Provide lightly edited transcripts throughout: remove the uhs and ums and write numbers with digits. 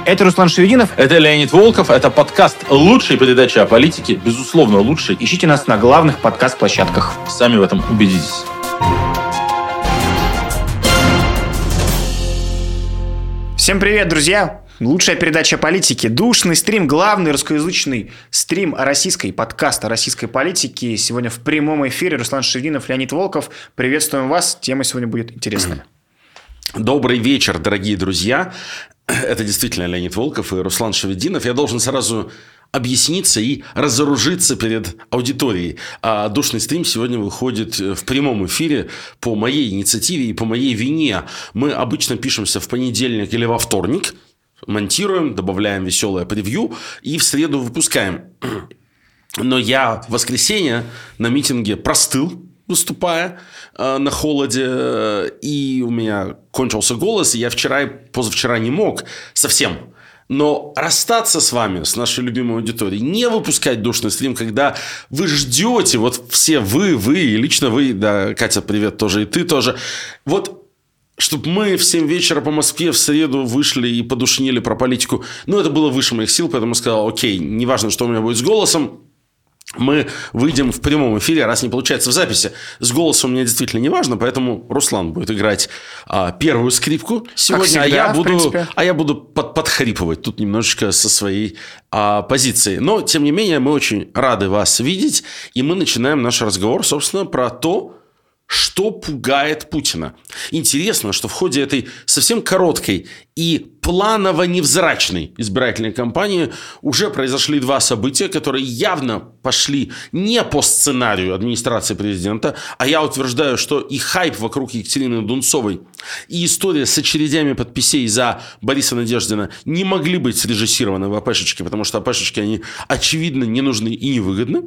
Это Руслан Шевединов. Это Леонид Волков. Это подкаст лучшей передачи о политике. Безусловно, лучшей. Ищите нас на главных подкаст-площадках. Сами в этом убедитесь. Всем привет, друзья! Лучшая передача о политике. Душный стрим, главный русскоязычный стрим о российской, подкаст о российской политике. Сегодня в прямом эфире Руслан Шевединов, Леонид Волков. Приветствуем вас. Тема сегодня будет интересная. Добрый вечер, дорогие друзья. Это действительно Леонид Волков и Руслан Шевединов. Я должен сразу объясниться и разоружиться перед аудиторией. А душный стрим сегодня выходит в прямом эфире по моей инициативе и по моей вине. Мы обычно пишемся в понедельник или во вторник, монтируем, добавляем веселое превью и в среду выпускаем. Но я в воскресенье на митинге простыл, выступая на холоде, и у меня кончился голос, и я вчера и позавчера не мог совсем. Но расстаться с вами, с нашей любимой аудиторией, не выпускать душный стрим, когда вы ждете, вот все вы и лично вы, да, Катя, привет, тоже, и ты тоже, вот, чтобы мы в 7 вечера по Москве в среду вышли и подушнили про политику, ну, это было выше моих сил, поэтому я сказал, окей, неважно, что у меня будет с голосом, мы выйдем в прямом эфире, раз не получается в записи. С голосом мне действительно не важно, поэтому Руслан будет играть первую скрипку сегодня, всегда, а я буду подхрипывать тут немножечко со своей позиции. Но, тем не менее, мы очень рады вас видеть, и мы начинаем наш разговор, собственно, про то, что пугает Путина. Интересно, что в ходе этой совсем короткой и планово-невзрачной избирательной кампании уже произошли два события, которые явно пошли не по сценарию администрации президента, а я утверждаю, что и хайп вокруг Екатерины Дунцовой, и история с очередями подписей за Бориса Надеждина не могли быть срежиссированы в АПшечке, потому что АПшечки, они очевидно не нужны и невыгодны.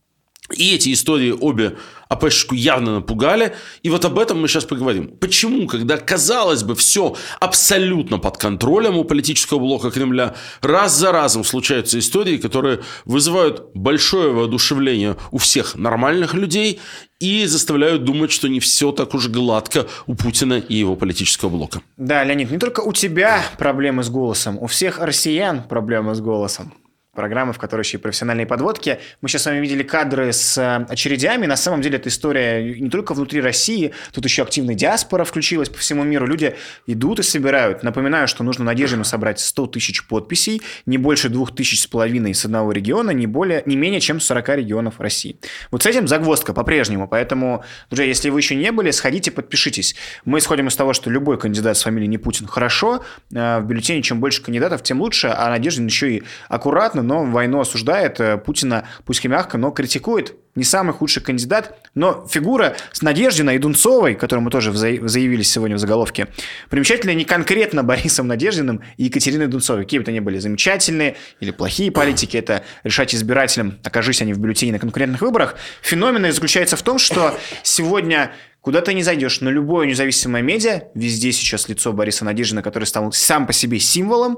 И эти истории обе АПшечку явно напугали. И вот об этом мы сейчас поговорим. Почему, когда, казалось бы, все абсолютно под контролем у политического блока Кремля, раз за разом случаются истории, которые вызывают большое воодушевление у всех нормальных людей и заставляют думать, что не все так уж гладко у Путина и его политического блока. Да, Леонид, не только у тебя проблемы с голосом, у всех россиян проблемы с голосом. Программы, в которой еще и профессиональные подводки. Мы сейчас с вами видели кадры с очередями. На самом деле, эта история не только внутри России. Тут еще активная диаспора включилась по всему миру. Люди идут и собирают. Напоминаю, что нужно Надеждину собрать 100 тысяч подписей, не больше 2500 с одного региона, не менее чем 40 регионов России. Вот с этим загвоздка по-прежнему. Поэтому, друзья, если вы еще не были, сходите, подпишитесь. Мы исходим из того, что любой кандидат с фамилией не Путин хорошо. В бюллетене чем больше кандидатов, тем лучше. А Надеждин еще и аккуратно, но войну осуждает, Путина, пусть и мягко, но критикует. Не самый худший кандидат, но фигура с Надеждиной и Дунцовой, которую мы тоже заявили сегодня в заголовке, примечательна не конкретно Борисом Надеждиным и Екатериной Дунцовой. Какие бы то ни были замечательные или плохие политики, это решать избирателям, окажись они в бюллетене на конкурентных выборах. Феномен заключается в том, что сегодня куда ты не зайдешь, на любое независимое медиа, везде сейчас лицо Бориса Надеждина, который стал сам по себе символом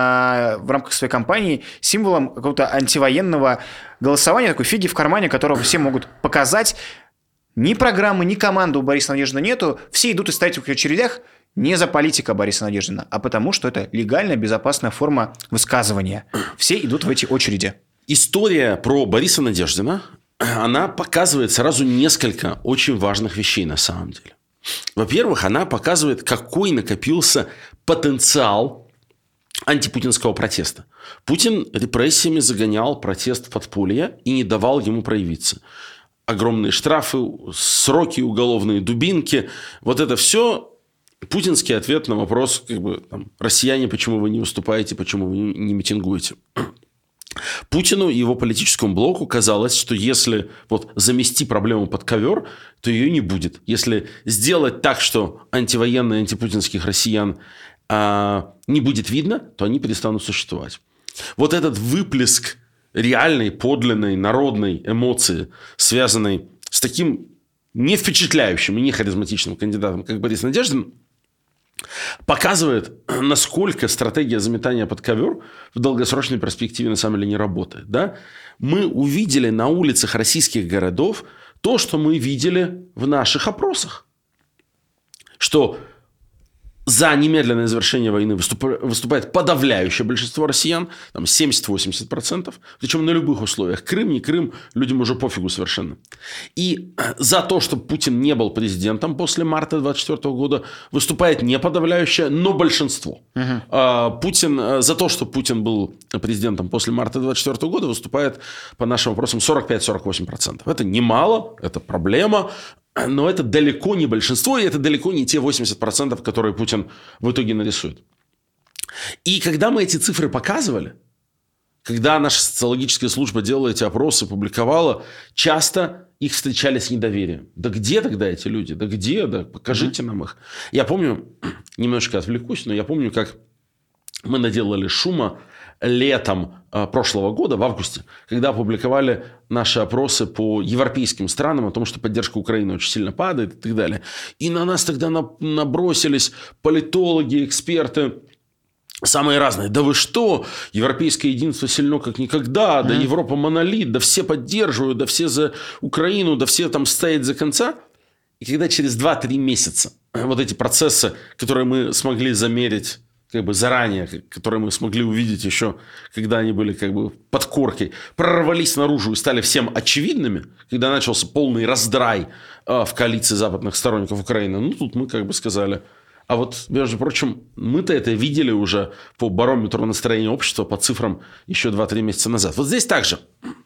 в рамках своей кампании, символом какого-то антивоенного голосования, такой фиги в кармане, которого все могут показать. Ни программы, ни команды у Бориса Надеждина нету. Все идут и стоят в очередях не за политика Бориса Надеждина, а потому, что это легальная, безопасная форма высказывания. Все идут в эти очереди. История про Бориса Надеждина, она показывает сразу несколько очень важных вещей на самом деле. Во-первых, она показывает, какой накопился потенциал антипутинского протеста. Путин репрессиями загонял протест в подполье и не давал ему проявиться. Огромные штрафы, сроки, уголовные дубинки. Вот это все путинский ответ на вопрос, россияне, почему вы не выступаете, почему вы не митингуете. Путину и его политическому блоку казалось, что если замести проблему под ковер, то ее не будет. Если сделать так, что антивоенных, антипутинских россиян не будет видно, то они перестанут существовать. Вот этот выплеск реальной, подлинной, народной эмоции, связанной с таким не впечатляющим и не харизматичным кандидатом, как Борис Надеждин, показывает, насколько стратегия заметания под ковер в долгосрочной перспективе на самом деле не работает. Да? Мы увидели на улицах российских городов то, что мы видели в наших опросах. Что за немедленное завершение войны выступает подавляющее большинство россиян, там 70-80%, причем на любых условиях. Крым, не Крым, людям уже пофигу совершенно. И за то, чтобы Путин не был президентом после марта 2024 года, выступает не подавляющее, но большинство. Путин, за то, чтобы Путин был президентом после марта 2024 года, выступает, по нашим вопросам, 45-48%. Это немало, это проблема. Но это далеко не большинство, и это далеко не те 80%, которые Путин в итоге нарисует. И когда мы эти цифры показывали, когда наша социологическая служба делала эти опросы, публиковала, часто их встречали с недоверием. Да где тогда эти люди? Да где? Да покажите нам их. Я помню, немножечко отвлекусь, но я помню, как мы наделали шума летом прошлого года, в августе, когда опубликовали наши опросы по европейским странам о том, что поддержка Украины очень сильно падает и так далее. И на нас тогда набросились политологи, эксперты, самые разные. Да вы что? Европейское единство сильно как никогда. Да Европа монолит. Да все поддерживают. Да все за Украину. Да все там стоят за конца. И когда через 2-3 месяца вот эти процессы, которые мы смогли замерить как бы заранее, которые мы смогли увидеть еще, когда они были как бы под коркой, прорвались наружу и стали всем очевидными, когда начался полный раздрай в коалиции западных сторонников Украины, ну, тут мы как бы сказали... А вот, между прочим, мы-то это видели уже по барометру настроения общества, по цифрам еще 2-3 месяца назад. Вот здесь также.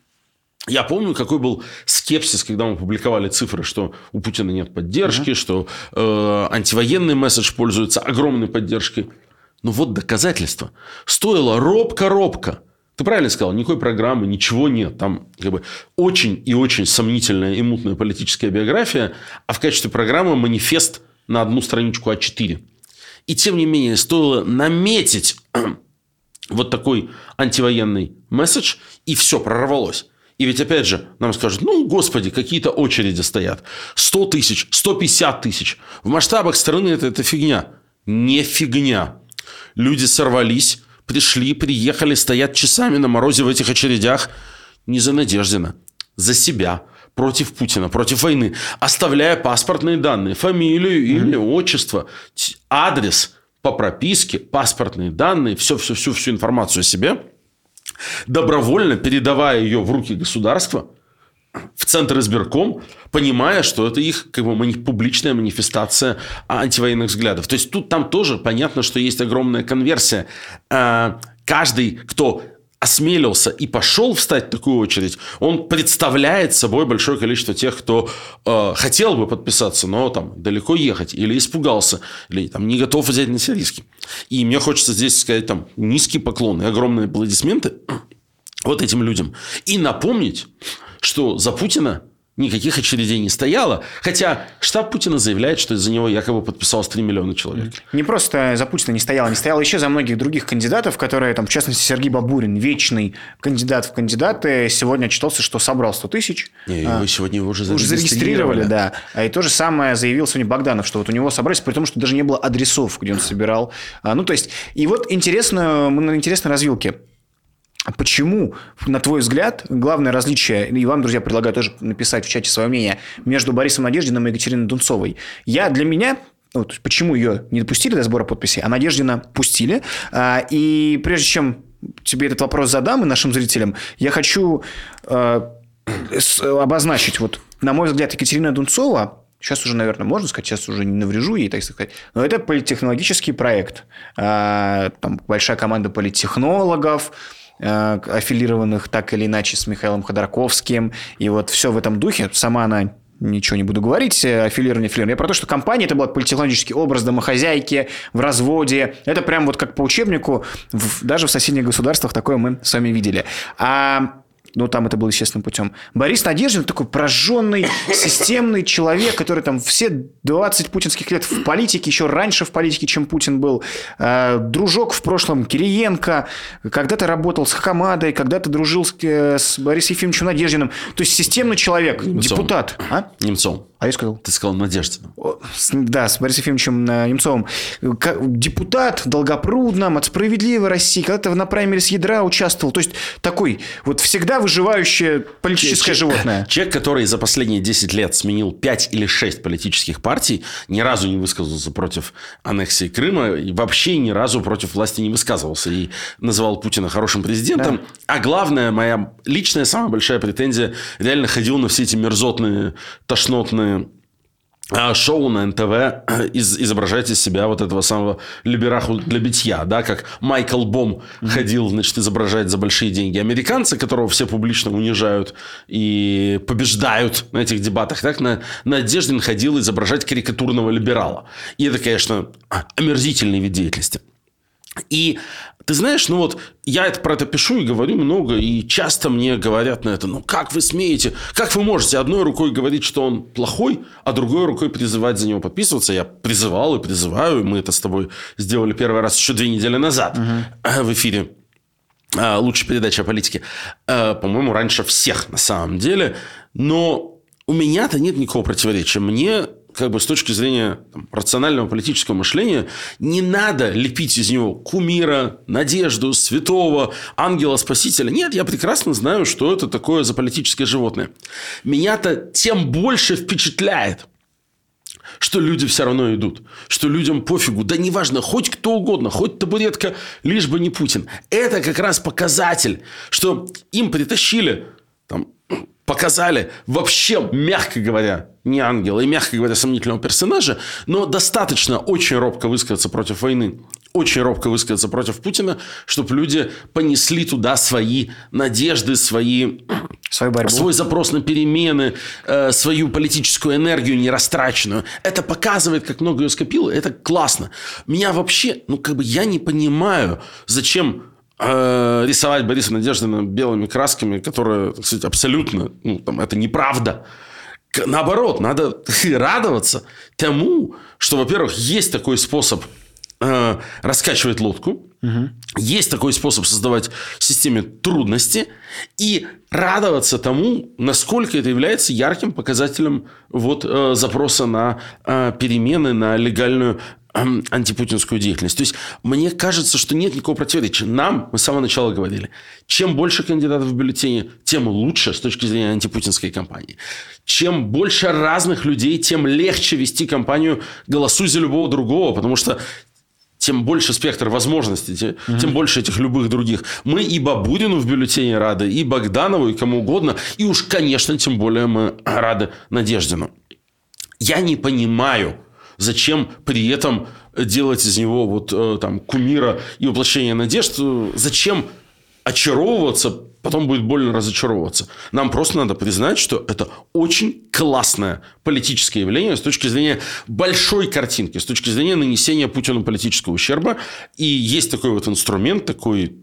Я помню, какой был скепсис, когда мы публиковали цифры, что у Путина нет поддержки, что антивоенный месседж пользуется огромной поддержкой. Но вот доказательство. Стоило робко-робко. Ты правильно сказал, никакой программы, ничего нет. Там как бы очень и очень сомнительная и мутная политическая биография, а в качестве программы манифест на одну страничку А4. И тем не менее, стоило наметить вот такой антивоенный месседж, и все, прорвалось. И ведь, опять же, нам скажут, ну, господи, какие-то очереди стоят. 100 тысяч, 150 тысяч. В масштабах страны это фигня. Не фигня. Люди сорвались, приехали, стоят часами на морозе в этих очередях. Не за Надеждина, за себя. Против Путина, против войны, оставляя паспортные данные, фамилию, имя, отчество, адрес по прописке, паспортные данные, всю информацию о себе, добровольно передавая ее в руки государства, в Центр избирком, понимая, что это их как бы публичная манифестация антивоенных взглядов. То есть, там тоже понятно, что есть огромная конверсия. Каждый, кто осмелился и пошел встать в такую очередь, он представляет собой большое количество тех, кто хотел бы подписаться, но там далеко ехать, или испугался, или там не готов взять на себя риски. И мне хочется здесь сказать там низкий поклон и огромные аплодисменты вот этим людям. И напомнить, что за Путина никаких очередей не стояло. Хотя штаб Путина заявляет, что из-за него якобы подписалось 3 миллиона человек. Не просто за Путина не стояло еще за многих других кандидатов, которые, там, в частности, Сергей Бабурин, вечный кандидат в кандидаты, сегодня отчитался, что собрал 100 тысяч. Вы сегодня его уже зарегистрировали, да. И то же самое заявил сегодня Богданов, что вот у него собрались, при том, что даже не было адресов, где он собирал. Ну, то есть, и вот мы на интересной развилке. Почему, на твой взгляд, главное различие, и вам, друзья, предлагаю тоже написать в чате свое мнение, между Борисом Надеждиным и Екатериной Дунцовой? Для меня, почему ее не допустили до сбора подписей, а Надеждина пустили. И прежде чем тебе этот вопрос задам и нашим зрителям, я хочу обозначить, на мой взгляд, Екатерина Дунцова, сейчас уже, наверное, можно сказать, сейчас уже не наврежу ей, так сказать, но это политтехнологический проект. Там большая команда политтехнологов, аффилированных так или иначе с Михаилом Ходорковским. И вот все в этом духе. Сама она, ничего не буду говорить, аффилирование. Я про то, что компания, это был политтехнологический образ домохозяйки в разводе. Это прям вот как по учебнику. Даже в соседних государствах такое мы с вами видели. Там это было естественным путем. Борис Надеждин такой прожженный, системный человек, который там все 20 путинских лет в политике, еще раньше в политике, чем Путин был. Дружок в прошлом Кириенко, когда-то работал с Хамадой, когда-то дружил с Борисом Ефимовичем Надеждиным. То есть системный человек, депутат. Немцов. А я сказал? Ты сказал Надеждиным. Да, с Борисом Ефимовичем Немцовым. Депутат Долгопрудном от «Справедливой России», когда-то на праймере с ядра участвовал. То есть такой всегда выживающее политическое животное. Человек, который за последние 10 лет сменил 5 или 6 политических партий, ни разу не высказался против аннексии Крыма, и вообще ни разу против власти не высказывался. И называл Путина хорошим президентом. Да. А главное, моя личная самая большая претензия, реально ходил на все эти мерзотные, тошнотные шоу на НТВ, изображать из себя вот этого самого либераху для битья, да, как Майкл Бом ходил, значит, изображать за большие деньги американца, которого все публично унижают и побеждают на этих дебатах, так Надеждин ходил изображать карикатурного либерала. И это, конечно, омерзительный вид деятельности. И ты знаешь, ну вот я про это пишу и говорю много, и часто мне говорят на это: ну как вы смеете, как вы можете одной рукой говорить, что он плохой, а другой рукой призывать за него подписываться? Я призывал и призываю, мы это с тобой сделали первый раз еще 2 недели назад в эфире лучшей передачи о политике. По-моему, раньше всех на самом деле, но у меня-то нет никакого противоречия. Мне, как бы, с точки зрения рационального политического мышления, не надо лепить из него кумира, надежду, святого, ангела-спасителя. Нет, я прекрасно знаю, что это такое за политическое животное. Меня-то тем больше впечатляет, что люди все равно идут, что людям пофигу, да неважно, хоть кто угодно, хоть табуретка, лишь бы не Путин. Это как раз показатель, что им притащили, показали вообще, мягко говоря, не ангела и, мягко говоря, сомнительного персонажа, но достаточно очень робко высказаться против войны, очень робко высказаться против Путина, чтобы люди понесли туда свои надежды, свою борьбу, свой запрос на перемены, свою политическую энергию нерастраченную. Это показывает, как много ее скопило. Это классно. Меня вообще, я не понимаю, зачем рисовать Бориса Надеждина белыми красками, которые, так сказать, абсолютно, это неправда. Наоборот, надо радоваться тому, что, во-первых, есть такой способ раскачивать лодку, есть такой способ создавать в системе трудности, и радоваться тому, насколько это является ярким показателем запроса на перемены, на легальную антипутинскую деятельность. То есть, мне кажется, что нет никакого противоречия. Нам, мы с самого начала говорили, чем больше кандидатов в бюллетене, тем лучше с точки зрения антипутинской кампании. Чем больше разных людей, тем легче вести кампанию «Голосуй за любого другого», потому что тем больше спектр возможностей, тем больше этих любых других. Мы и Бабурину в бюллетене рады, и Богданову, и кому угодно. И уж, конечно, тем более мы рады Надеждину. Я не понимаю, зачем при этом делать из него кумира и воплощение надежд? Зачем очаровываться, потом будет больно разочаровываться? Нам просто надо признать, что это очень классное политическое явление с точки зрения большой картинки, с точки зрения нанесения Путину политического ущерба. И есть такой инструмент, такой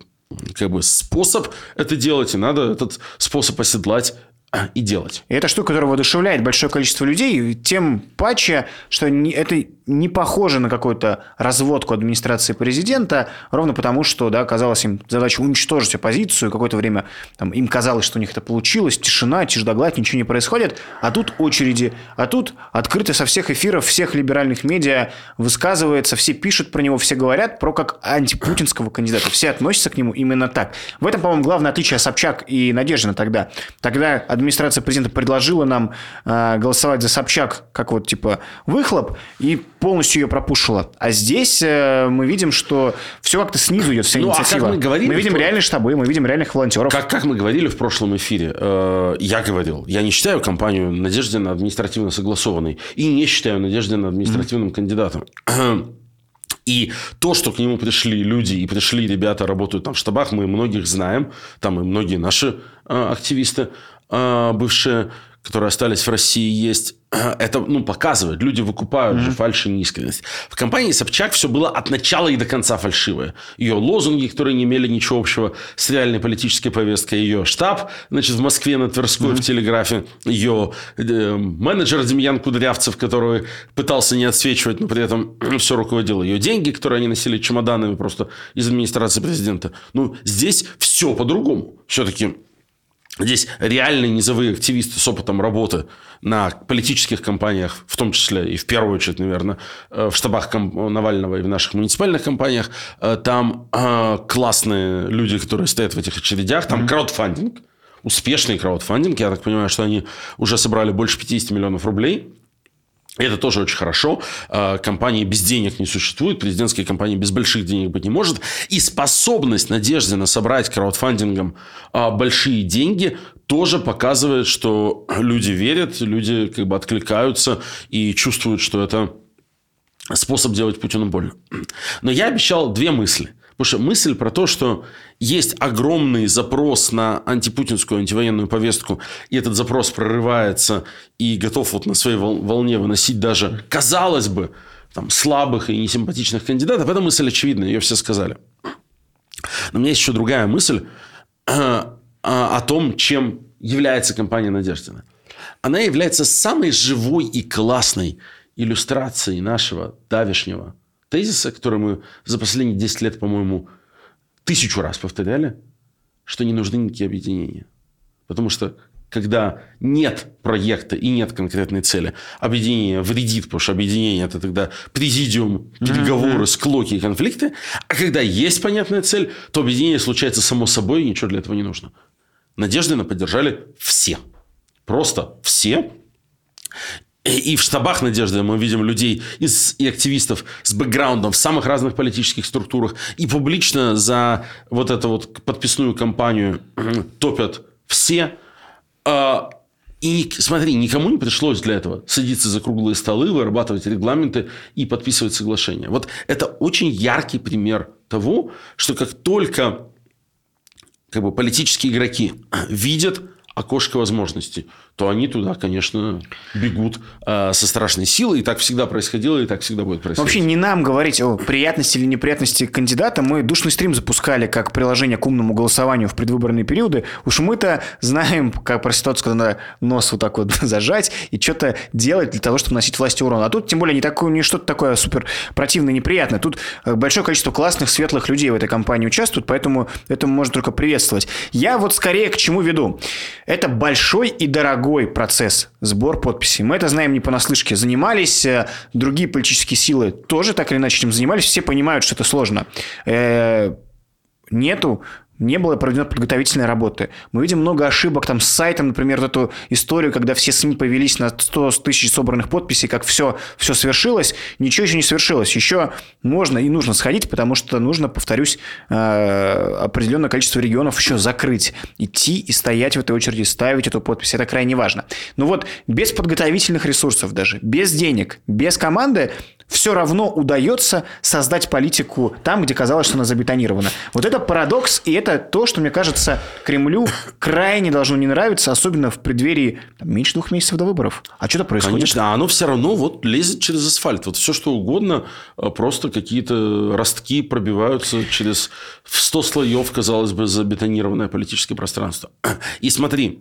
способ это делать, и надо этот способ оседлать и делать. И это штука, которая воодушевляет большое количество людей, тем паче, что это не похоже на какую-то разводку администрации президента, ровно потому, что, казалось им задача уничтожить оппозицию, какое-то время им казалось, что у них это получилось, тишина, тишь да гладь, ничего не происходит, а тут очереди, а тут открыто со всех эфиров, всех либеральных медиа высказывается, все пишут про него, все говорят про как антипутинского кандидата, все относятся к нему именно так. В этом, по-моему, главное отличие Собчак и Надеждина тогда. Тогда администрация президента предложила нам голосовать за Собчак как выхлоп и полностью ее пропушила. А здесь мы видим, что все как-то снизу идет, вся инициатива. Мы видим реальные штабы, мы видим реальных волонтеров. Как мы говорили в прошлом эфире, я не считаю кампанию Надеждина административно согласованной и не считаю Надеждина административным кандидатом. И то, что к нему пришли люди и пришли ребята, работают в штабах, мы многих знаем, там и многие наши активисты бывшие, которые остались в России, есть. Это показывает. Люди выкупают же фальшь и неискренность. В кампании Собчак все было от начала и до конца фальшивое. Ее лозунги, которые не имели ничего общего с реальной политической повесткой. Ее штаб, в Москве на Тверской в Телеграфе. Ее менеджер Демьян Кудрявцев, который пытался не отсвечивать, но при этом все руководил. Ее деньги, которые они носили чемоданами просто из администрации президента. Здесь все по-другому. Все-таки здесь реальные низовые активисты с опытом работы на политических кампаниях, в том числе и в первую очередь, наверное, в штабах Навального и в наших муниципальных кампаниях. Там классные люди, которые стоят в этих очередях. Там краудфандинг. успешный краудфандинг. Я так понимаю, что они уже собрали больше 50 миллионов рублей. И это тоже очень хорошо. Компании без денег не существует. Президентские компании без больших денег быть не может. И способность Надеждина собрать краудфандингом большие деньги тоже показывает, что люди верят, люди как бы откликаются и чувствуют, что это способ делать Путину больно. Но я обещал две мысли. Потому что мысль про то, что есть огромный запрос на антипутинскую, антивоенную повестку, и этот запрос прорывается и готов вот на своей волне выносить даже, казалось бы, там, слабых и несимпатичных кандидатов, эта мысль очевидна, ее все сказали. Но у меня есть еще другая мысль о том, чем является компания Надеждина. Она является самой живой и классной иллюстрацией нашего давешнего тезиса, который мы за последние 10 лет, по-моему, 1000 раз повторяли, что не нужны никакие объединения. Потому что, когда нет проекта и нет конкретной цели, объединение вредит, потому что объединение – это тогда президиум, переговоры, склоки и конфликты. А когда есть понятная цель, то объединение случается само собой, и ничего для этого не нужно. Надеждина поддержали все. Просто все. И в штабах Надежды мы видим людей и активистов с бэкграундом в самых разных политических структурах. И публично за вот эту вот подписную кампанию топят все. И смотри, никому не пришлось для этого садиться за круглые столы, вырабатывать регламенты и подписывать соглашения. Вот это очень яркий пример того, что как только как бы, политические игроки видят окошко возможностей, то они туда, конечно, бегут со страшной силой. И так всегда происходило, и так всегда будет происходить. Вообще не нам говорить о приятности или неприятности кандидата. Мы душный стрим запускали как приложение к умному голосованию в предвыборные периоды. Уж мы-то знаем, как про ситуацию, когда надо нос вот так вот зажать и что-то делать для того, чтобы носить власти урон. А тут, тем более, не что-то такое супер противное, неприятное. Тут большое количество классных, светлых людей в этой кампании участвуют, поэтому это можно только приветствовать. Я вот скорее к чему веду. Это большой и дорогой процесс, сбор подписей. Мы это знаем не понаслышке. Занимались, другие политические силы тоже так или иначе этим занимались. Все понимают, что это сложно. Не было проведено подготовительной работы. Мы видим много ошибок там с сайтом, например, вот эту историю, когда все СМИ повелись на 100 тысяч собранных подписей, как все свершилось. Ничего еще не свершилось. Еще можно и нужно сходить, потому что нужно, повторюсь, определенное количество регионов еще закрыть. Идти и стоять в этой очереди, ставить эту подпись. Это крайне важно. Но вот без подготовительных ресурсов даже, без денег, без команды все равно удается создать политику там, где казалось, что она забетонирована. Вот это парадокс, и это то, что, мне кажется, Кремлю крайне должно не нравиться, особенно в преддверии меньше 2 месяцев до выборов. А что-то происходит. Конечно, а оно все равно вот лезет через асфальт. Вот все, что угодно, просто какие-то ростки пробиваются через 100 слоев, казалось бы, забетонированное политическое пространство. И смотри,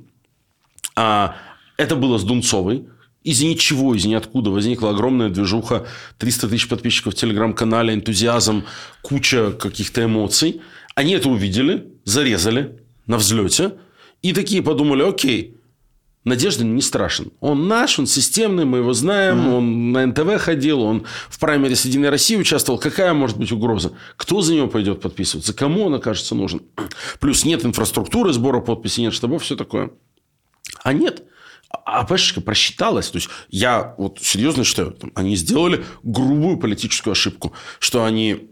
это было с Дунцовой. Из ничего, из ниоткуда возникла огромная движуха, 300 тысяч подписчиков в телеграм-канале, энтузиазм, куча каких-то эмоций. Они это увидели, зарезали на взлете и такие подумали: окей, Надеждин не страшен. Он наш, он системный, мы его знаем, он на НТВ ходил, он в праймере с «Единой России» участвовал. Какая может быть угроза? Кто за него пойдет подписываться? Кому он окажется нужен? Плюс нет инфраструктуры сбора подписей, нет штабов, все такое. А нет. А ПШка просчиталась. То есть, я вот серьезно считаю, они сделали грубую политическую ошибку, что они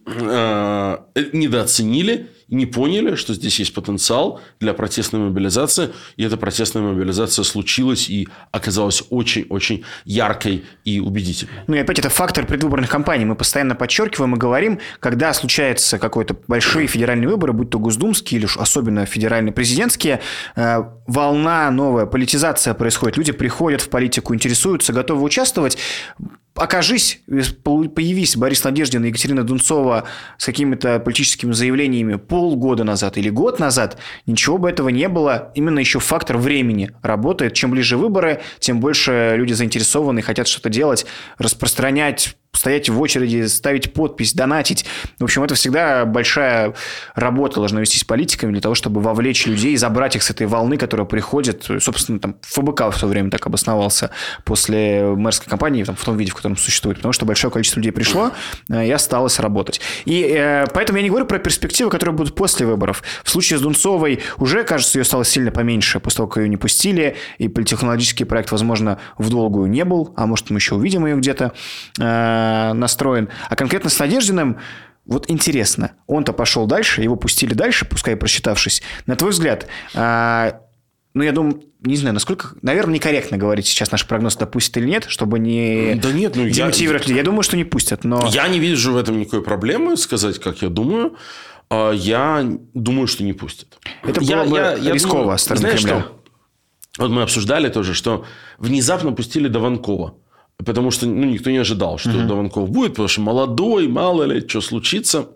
недооценили и не поняли, что здесь есть потенциал для протестной мобилизации. И эта протестная мобилизация случилась и оказалась очень-очень яркой и убедительной. Ну и опять это фактор предвыборных кампаний. Мы постоянно подчеркиваем и говорим, когда случаются какие-то большие федеральные выборы, будь то госдумские или особенно федеральные президентские, волна новая, политизация происходит. Люди приходят в политику, интересуются, готовы участвовать. Окажись, появись Борис Надеждин и Екатерина Дунцова с какими-то политическими заявлениями полгода назад или год назад, ничего бы этого не было. Именно еще фактор времени работает. Чем ближе выборы, тем больше люди заинтересованы, хотят что-то делать, распространять, стоять в очереди, ставить подпись, донатить. В общем, это всегда большая работа должна вестись политиками для того, чтобы вовлечь людей, забрать их с этой волны, которая приходит. Собственно, там ФБК в то время так обосновался после мэрской кампании, там, в том виде, в котором которым существует, потому что большое количество людей пришло и осталось работать. И поэтому я не говорю про перспективы, которые будут после выборов. В случае с Дунцовой уже, кажется, ее стало сильно поменьше после того, как ее не пустили, и политтехнологический проект, возможно, в долгую не был, а может, мы еще увидим ее где-то настроен. А конкретно с Надеждиным вот интересно, он-то пошел дальше, его пустили дальше, пускай просчитавшись. На твой взгляд, я думаю, не знаю, насколько, наверное, некорректно говорить сейчас наш прогноз, допустят или нет, чтобы не демотивировать людей. Я думаю, что не пустят, но... Я не вижу в этом никакой проблемы, сказать, как я думаю. Я думаю, что не пустят. Это было бы рисково со стороны Кремля. Что? Вот мы обсуждали тоже, что внезапно пустили Дованкова. Потому что никто не ожидал, что Дованков будет, потому что молодой, мало ли, что случится.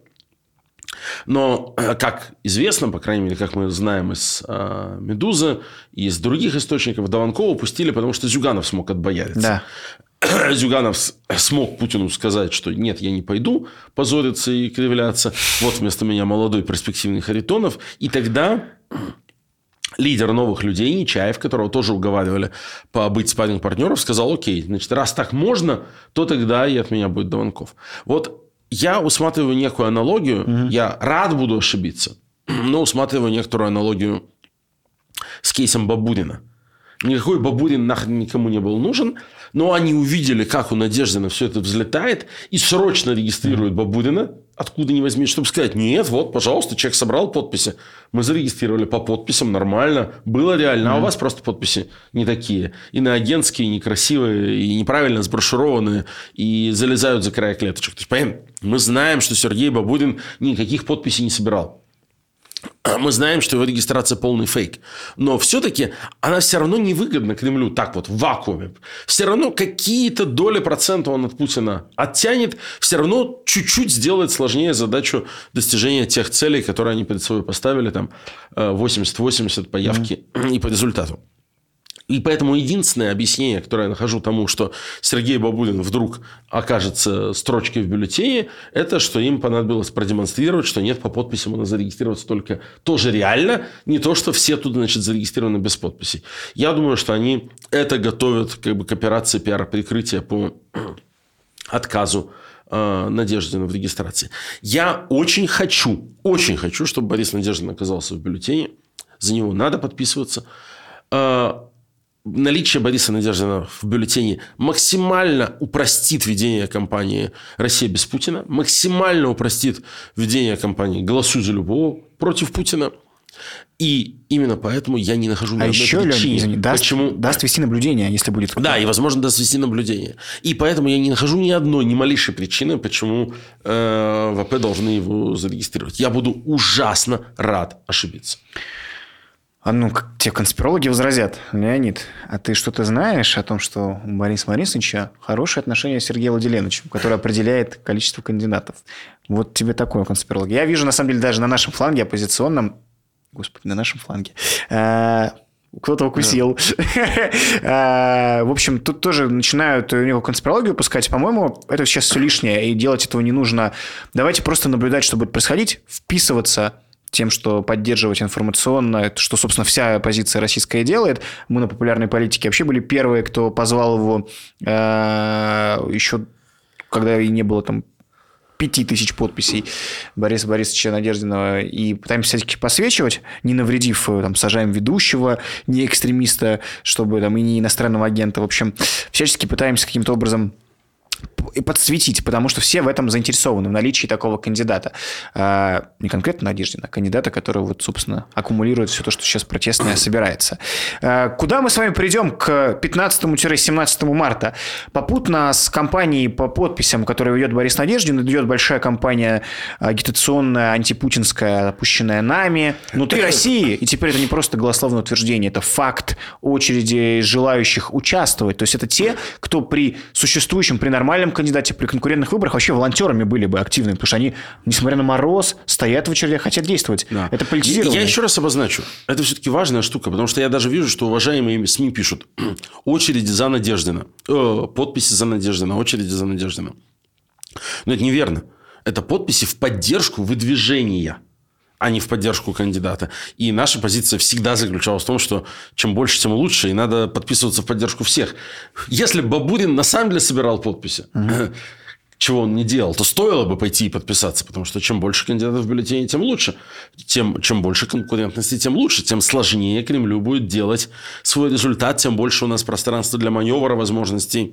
Но, как известно, по крайней мере, как мы знаем из «Медузы» и из других источников, Дованкова пустили, потому что Зюганов смог отбояриться. Да. Зюганов смог Путину сказать, что нет, я не пойду позориться и кривляться. Вот вместо меня молодой перспективный Харитонов. И тогда... Лидер новых людей, Нечаев, которого тоже уговаривали побыть спарринг-партнером, сказал: окей, значит, раз так можно, то тогда и от меня будет Дованков. Вот я усматриваю некую аналогию, я рад буду ошибиться, но усматриваю некоторую аналогию с кейсом Бабурина. Никакой Бабурин нахрен никому не был нужен, но они увидели, как у Надеждина все это взлетает, и срочно регистрируют Бабурина, откуда ни возьми, чтобы сказать: нет, вот, пожалуйста, человек собрал подписи, мы зарегистрировали по подписям, нормально, было реально, а у вас просто подписи не такие, иноагентские, некрасивые, и неправильно сброшурованные, и залезают за край клеточек. То есть, понятно, мы знаем, что Сергей Бабурин никаких подписей не собирал. Мы знаем, что его регистрация полный фейк. Но все-таки она все равно невыгодна Кремлю так вот в вакууме. Все равно какие-то доли процента он от Путина оттянет. Все равно чуть-чуть сделает сложнее задачу достижения тех целей, которые они перед собой поставили. Там 80-80 по явке и по результату. И поэтому единственное объяснение, которое я нахожу тому, что Сергей Бабурин вдруг окажется строчкой в бюллетене, это что им понадобилось продемонстрировать, что нет, по подписям надо зарегистрироваться только тоже реально, не то, что все тут, значит, зарегистрированы без подписей. Я думаю, что они это готовят как бы к операции пиар-прикрытия по отказу Надеждина в регистрации. Я очень хочу, чтобы Борис Надеждин оказался в бюллетене. За него надо подписываться. Наличие Бориса Надеждина в бюллетене максимально упростит ведение кампании «Россия без Путина», максимально упростит ведение кампании «Голосуй за любого против Путина». И именно поэтому я не нахожу ни одной причины. Даст вести наблюдение, если будет... Да, и, возможно, даст вести наблюдение. И поэтому я не нахожу ни одной, ни малейшей причины, почему ВП должны его зарегистрировать. Я буду ужасно рад ошибиться. А ну, те конспирологи возразят: Леонид, а ты что-то знаешь о том, что у Бориса Борисовича хорошие отношения с Сергеем Владимировичем, который определяет количество кандидатов? Вот тебе такое конспирология. Я вижу, на самом деле, даже на нашем фланге оппозиционном... Господи, на нашем фланге... Кто-то укусил. В общем, тут тоже начинают у него конспирологию пускать. По-моему, это сейчас все лишнее, и делать этого не нужно. Давайте просто наблюдать, что будет происходить, вписываться тем, что поддерживать информационно, что, собственно, вся оппозиция российская делает. Мы на популярной политике вообще были первые, кто позвал его еще, когда и не было там 5000 подписей Бориса Борисовича Надеждина, и пытаемся всячески посвечивать, не навредив, там, сажаем ведущего, не экстремиста, чтобы там и не иностранного агента. В общем, всячески пытаемся каким-то образом и подсветить, потому что все в этом заинтересованы, в наличии такого кандидата. Не конкретно Надеждина, а кандидата, который, вот, собственно, аккумулирует все то, что сейчас протестное собирается. Куда мы с вами придем к 15-17 марта? Попутно с кампанией по подписям, которую ведет Борис Надеждин, идет большая кампания агитационная, антипутинская, опущенная нами внутри России. И теперь это не просто голословное утверждение, это факт очереди желающих участвовать. То есть это те, кто при существующем, при нормальном кандидате, при конкурентных выборах вообще волонтерами были бы активными, потому что они, несмотря на мороз, стоят в очередях, хотят действовать. Да. Это политизирование. Я еще раз обозначу. Это все-таки важная штука, потому что я даже вижу, что уважаемые СМИ пишут: очереди за Надеждина, подписи за Надеждина, очереди за Надеждина. Но это неверно. Это подписи в поддержку выдвижения. а не в поддержку кандидата. И наша позиция всегда заключалась в том, что чем больше, тем лучше, и надо подписываться в поддержку всех. Если Бабурин на самом деле собирал подписи, чего он не делал, то стоило бы пойти и подписаться, потому что чем больше кандидатов в бюллетене, тем лучше. Чем больше конкурентности, тем лучше. Тем сложнее Кремлю будет делать свой результат, тем больше у нас пространства для маневра, возможностей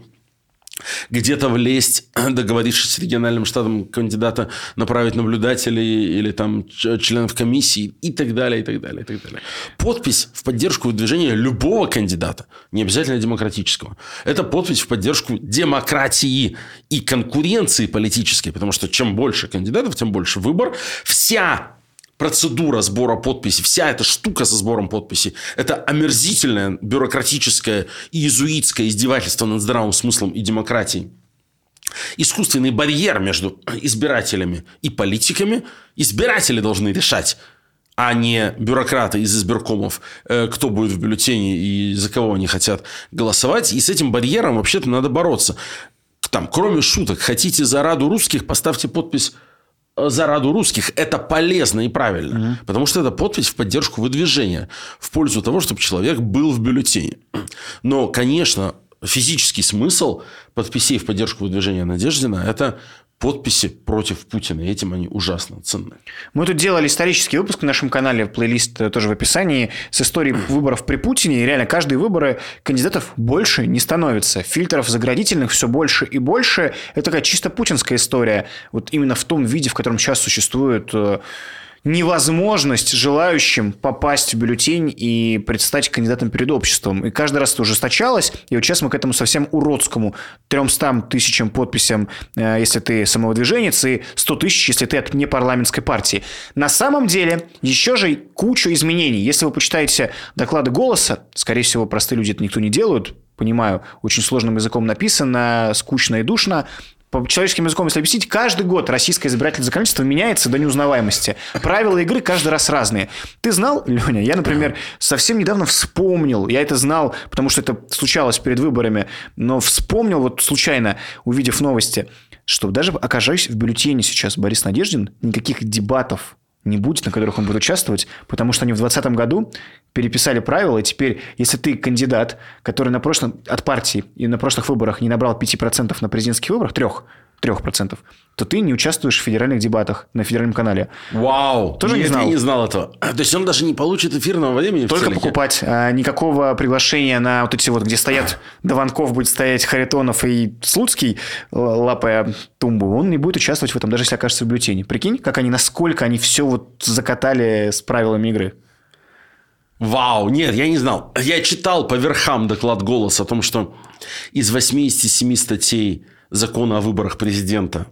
где-то влезть, договорившись с региональным штабом кандидата, направить наблюдателей или там членов комиссии и так далее, и так далее, и так далее. Подпись в поддержку выдвижения любого кандидата, не обязательно демократического, это подпись в поддержку демократии и конкуренции политической, потому что чем больше кандидатов, тем больше выбор. Вся процедура сбора подписей, вся эта штука со сбором подписей, это омерзительное, бюрократическое и иезуитское издевательство над здравым смыслом и демократией. Искусственный барьер между избирателями и политиками. Избиратели должны решать, а не бюрократы из избиркомов, кто будет в бюллетене и за кого они хотят голосовать. И с этим барьером вообще-то надо бороться. Там, кроме шуток, хотите за Раду русских, поставьте подпись за Раду русских. Это полезно и правильно. Потому что это подпись в поддержку выдвижения. В пользу того, чтобы человек был в бюллетене. Но, конечно, физический смысл подписей в поддержку выдвижения Надеждина – это подписи против Путина. И этим они ужасно ценны. Мы тут делали исторический выпуск на нашем канале, плейлист тоже в описании, с историей выборов при Путине. И реально, каждые выборы кандидатов больше не становится. Фильтров заградительных все больше и больше. Это такая чисто путинская история. Вот именно в том виде, в котором сейчас существует невозможность желающим попасть в бюллетень и предстать кандидатом перед обществом. И каждый раз это ужесточалось. И вот сейчас мы к этому совсем уродскому 300 тысячам подписям, если ты самовыдвиженец, и 100 тысяч, если ты от непарламентской партии. На самом деле, еще же куча изменений. Если вы почитаете доклады «Голоса», скорее всего, простые люди это никто не делают, понимаю, очень сложным языком написано, скучно и душно. По человеческим языком, если объяснить, каждый год российское избирательное законодательство меняется до неузнаваемости. Правила игры каждый раз разные. Ты знал, Леня? Я, например, совсем недавно вспомнил, я это знал, потому что это случалось перед выборами, но вспомнил вот случайно, увидев новости, что даже окажись в бюллетене сейчас Борис Надеждин, никаких дебатов не будет, на которых он будет участвовать, потому что они в 2020 году переписали правила, и теперь, если ты кандидат, который от партии и на прошлых выборах не набрал 5% на президентских выборах, 3%, то ты не участвуешь в федеральных дебатах на федеральном канале. Вау! Тоже не знал? Я не знал этого. То есть он даже не получит эфирного времени? Только покупать. Никакого приглашения на вот эти вот, где стоят Дованков, будет стоять Харитонов и Слуцкий, лапая тумбу, он не будет участвовать в этом, даже если окажется в бюллетене. Прикинь, насколько они все вот закатали с правилами игры. Вау, нет, я не знал. Я читал по верхам доклад «Голос» о том, что из 87 статей закона о выборах президента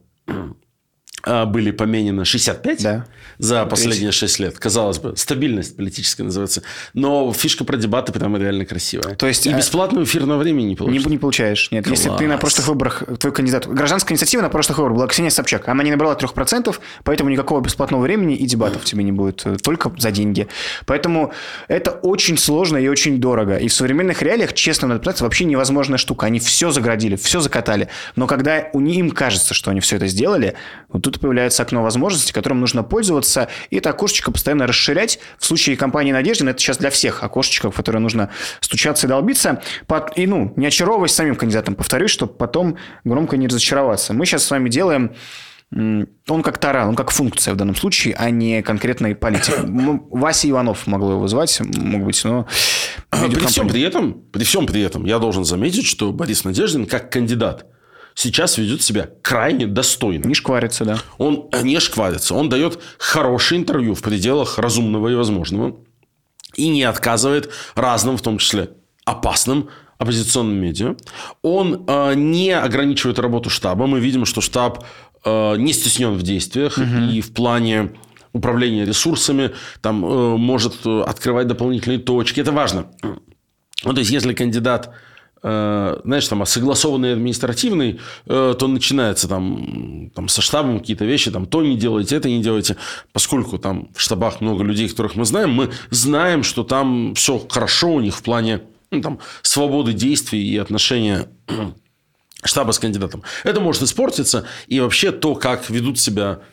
были поменены 65 за последние 6 лет. Казалось бы, стабильность политическая называется. Но фишка про дебаты прям реально красивая. То есть, и бесплатного эфирного времени не получишь. Не получаешь. Нет, Класс. если ты на прошлых выборах, твой кандидат... Гражданская инициатива на прошлых выборах была Ксения Собчак. Она не набрала 3%, поэтому никакого бесплатного времени и дебатов тебе не будет. Только за деньги. Поэтому это очень сложно и очень дорого. И в современных реалиях, честно, надо признаться, вообще невозможная штука. Они все заградили, все закатали. Но когда им кажется, что они все это сделали, вот тут появляется окно возможностей, которым нужно пользоваться, и это окошечко постоянно расширять. В случае компании «Надеждин» это сейчас для всех окошечков, в которые нужно стучаться и долбиться. И, не очаровываясь самим кандидатом, повторюсь, чтобы потом громко не разочароваться. Мы сейчас с вами делаем... Он как таран, он как функция в данном случае, а не конкретный политик. Вася Иванов могло его звать, мог быть, но... При всем при этом я должен заметить, что Борис Надеждин как кандидат сейчас ведет себя крайне достойно. Не шкварится, да. Он не шкварится. Он дает хорошее интервью в пределах разумного и возможного. И не отказывает разным, в том числе опасным оппозиционным медиа. Он не ограничивает работу штаба. Мы видим, что штаб не стеснен в действиях. И в плане управления ресурсами там, может открывать дополнительные точки. Это важно. То есть, если кандидат... знаешь, там, согласованный административный, то начинается там со штабом какие-то вещи, там, то не делайте, это не делайте. Поскольку там в штабах много людей, которых мы знаем, что там все хорошо у них в плане свободы действий и отношения штаба с кандидатом. Это может испортиться. И вообще то, как ведут себя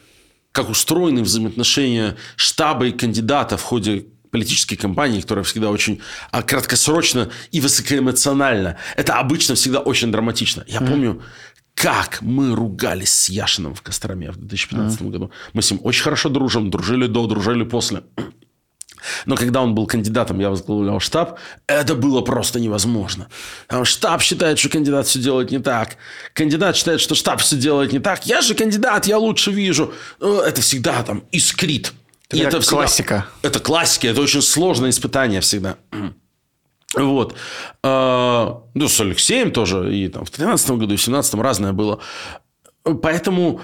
как устроены взаимоотношения штаба и кандидата в ходе политической кампании, которая всегда очень краткосрочно и высокоэмоциональна. Это обычно всегда очень драматично. Я помню, как мы ругались с Яшиным в Костроме в 2015 году. Мы с ним очень хорошо дружим, дружили до, дружили после. Но когда он был кандидатом, я возглавлял штаб, это было просто невозможно. Там штаб считает, что кандидат все делает не так. Кандидат считает, что штаб все делает не так. Я же кандидат, я лучше вижу. Это всегда там искрит. Это всегда классика. Это классика, это очень сложное испытание всегда. Вот. Ну, с Алексеем тоже. И там в 2013 году, и в 2017 разное было. Поэтому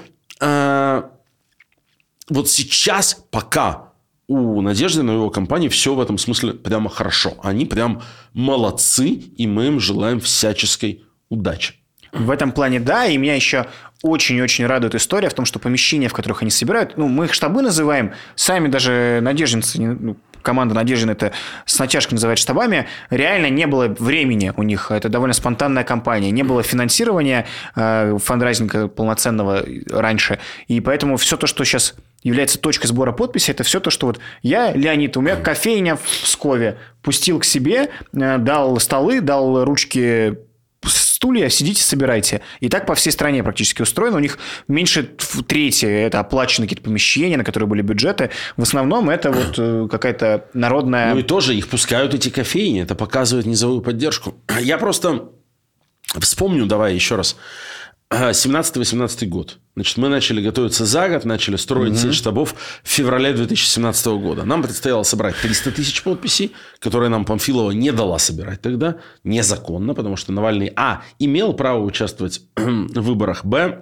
вот сейчас пока у Надеждина и его компании все в этом смысле прямо хорошо. Они прям молодцы, и мы им желаем всяческой удачи. В этом плане да, и меня еще очень-очень радует история в том, что помещения, в которых они собирают, мы их штабы называем, сами даже надеждинцы, команда Надеждина это с натяжкой называют штабами, реально не было времени у них, это довольно спонтанная кампания, не было финансирования фандрайзинга полноценного раньше, и поэтому все то, что сейчас является точкой сбора подписей, это все то, что вот я, Леонид, у меня кофейня в Пскове, пустил к себе, дал столы, дал ручки, стулья, сидите, собирайте. И так по всей стране практически устроено. У них меньше трети это оплачены какие-то помещения, на которые были бюджеты. В основном это вот какая-то народная... Ну и тоже их пускают эти кофейни. Это показывает низовую поддержку. Я просто вспомню, давай еще раз. 17-18 год. Значит, мы начали готовиться за год, начали строить сеть штабов в феврале 2017 года. Нам предстояло собрать 300 тысяч подписей, которые нам Памфилова не дала собирать тогда. Незаконно, потому что Навальный, имел право участвовать в выборах,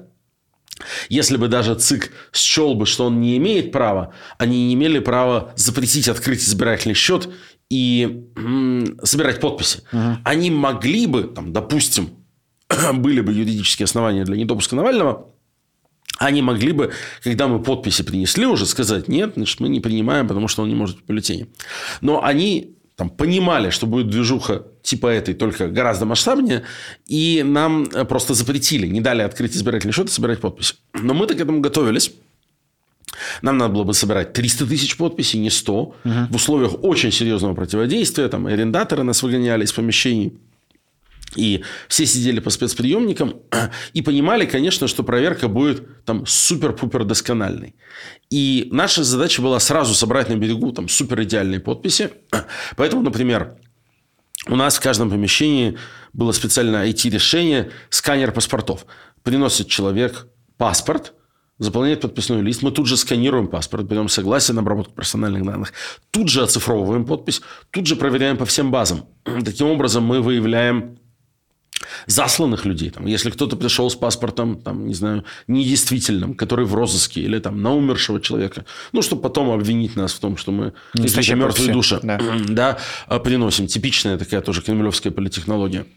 если бы даже ЦИК счел бы, что он не имеет права, они не имели права запретить открыть избирательный счет и собирать подписи. Они могли бы, допустим, были бы юридические основания для недопуска Навального, они могли бы, когда мы подписи принесли, уже сказать, нет, значит, мы не принимаем, потому что он не может быть в бюллетене. Но они понимали, что будет движуха типа этой, только гораздо масштабнее, и нам просто запретили, не дали открыть избирательный счет и собирать подписи. Но мы-то к этому готовились. Нам надо было бы собирать 300 тысяч подписей, не 100, в условиях очень серьезного противодействия. Там арендаторы нас выгоняли из помещений. И все сидели по спецприемникам и понимали, конечно, что проверка будет супер-пупер доскональной. И наша задача была сразу собрать на берегу супер идеальные подписи. Поэтому, например, у нас в каждом помещении было специальное IT-решение, сканер паспортов. Приносит человек паспорт, заполняет подписной лист, мы тут же сканируем паспорт, берем согласие на обработку персональных данных, тут же оцифровываем подпись, тут же проверяем по всем базам. Таким образом, мы выявляем засланных людей. Если кто-то пришел с паспортом, недействительным, который в розыске, или на умершего человека, чтобы потом обвинить нас в том, что мы какие-то мертвые души приносим. Типичная такая тоже кремлевская политтехнология.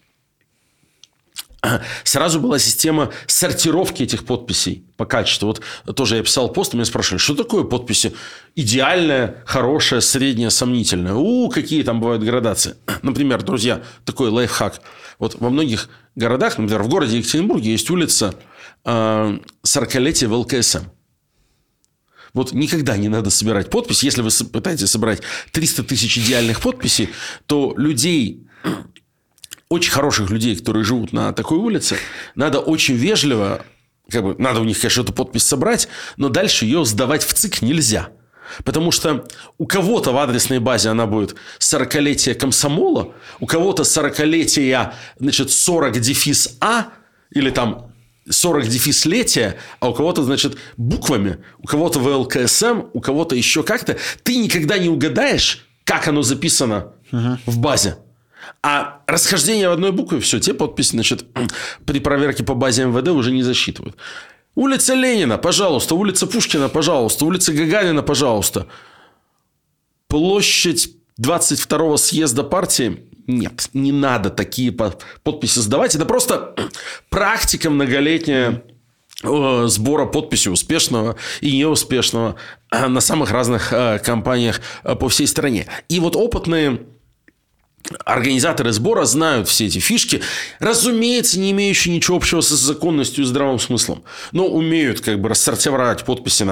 Сразу была система сортировки этих подписей по качеству. Вот тоже я писал пост, меня спрашивали, что такое подписи? Идеальная, хорошая, средняя, сомнительная. Какие там бывают градации. Например, друзья, такой лайфхак. Вот во многих городах, например, в городе Екатеринбурге есть улица 40-летия ВЛКСМ. Вот никогда не надо собирать подпись. Если вы пытаетесь собрать 300 тысяч идеальных подписей, то людей... Очень хороших людей, которые живут на такой улице, надо очень вежливо, надо у них, конечно, эту подпись собрать, но дальше ее сдавать в ЦИК нельзя. Потому что у кого-то в адресной базе она будет 40-летие комсомола, у кого-то 40-летие, 40-А, или 40-летие, а у кого-то, буквами, у кого-то ВЛКСМ, у кого-то еще как-то. Ты никогда не угадаешь, как оно записано в базе. А расхождение в одной букве, все, те подписи, при проверке по базе МВД уже не засчитывают. Улица Ленина, пожалуйста. Улица Пушкина, пожалуйста. Улица Гагарина, пожалуйста. Площадь 22-го съезда партии. Нет, не надо такие подписи сдавать. Это просто практика многолетняя сбора подписей успешного и неуспешного на самых разных кампаниях по всей стране. И вот опытные... Организаторы сбора знают все эти фишки, разумеется, не имеющие ничего общего с законностью и здравым смыслом, но умеют рассортировать подписи на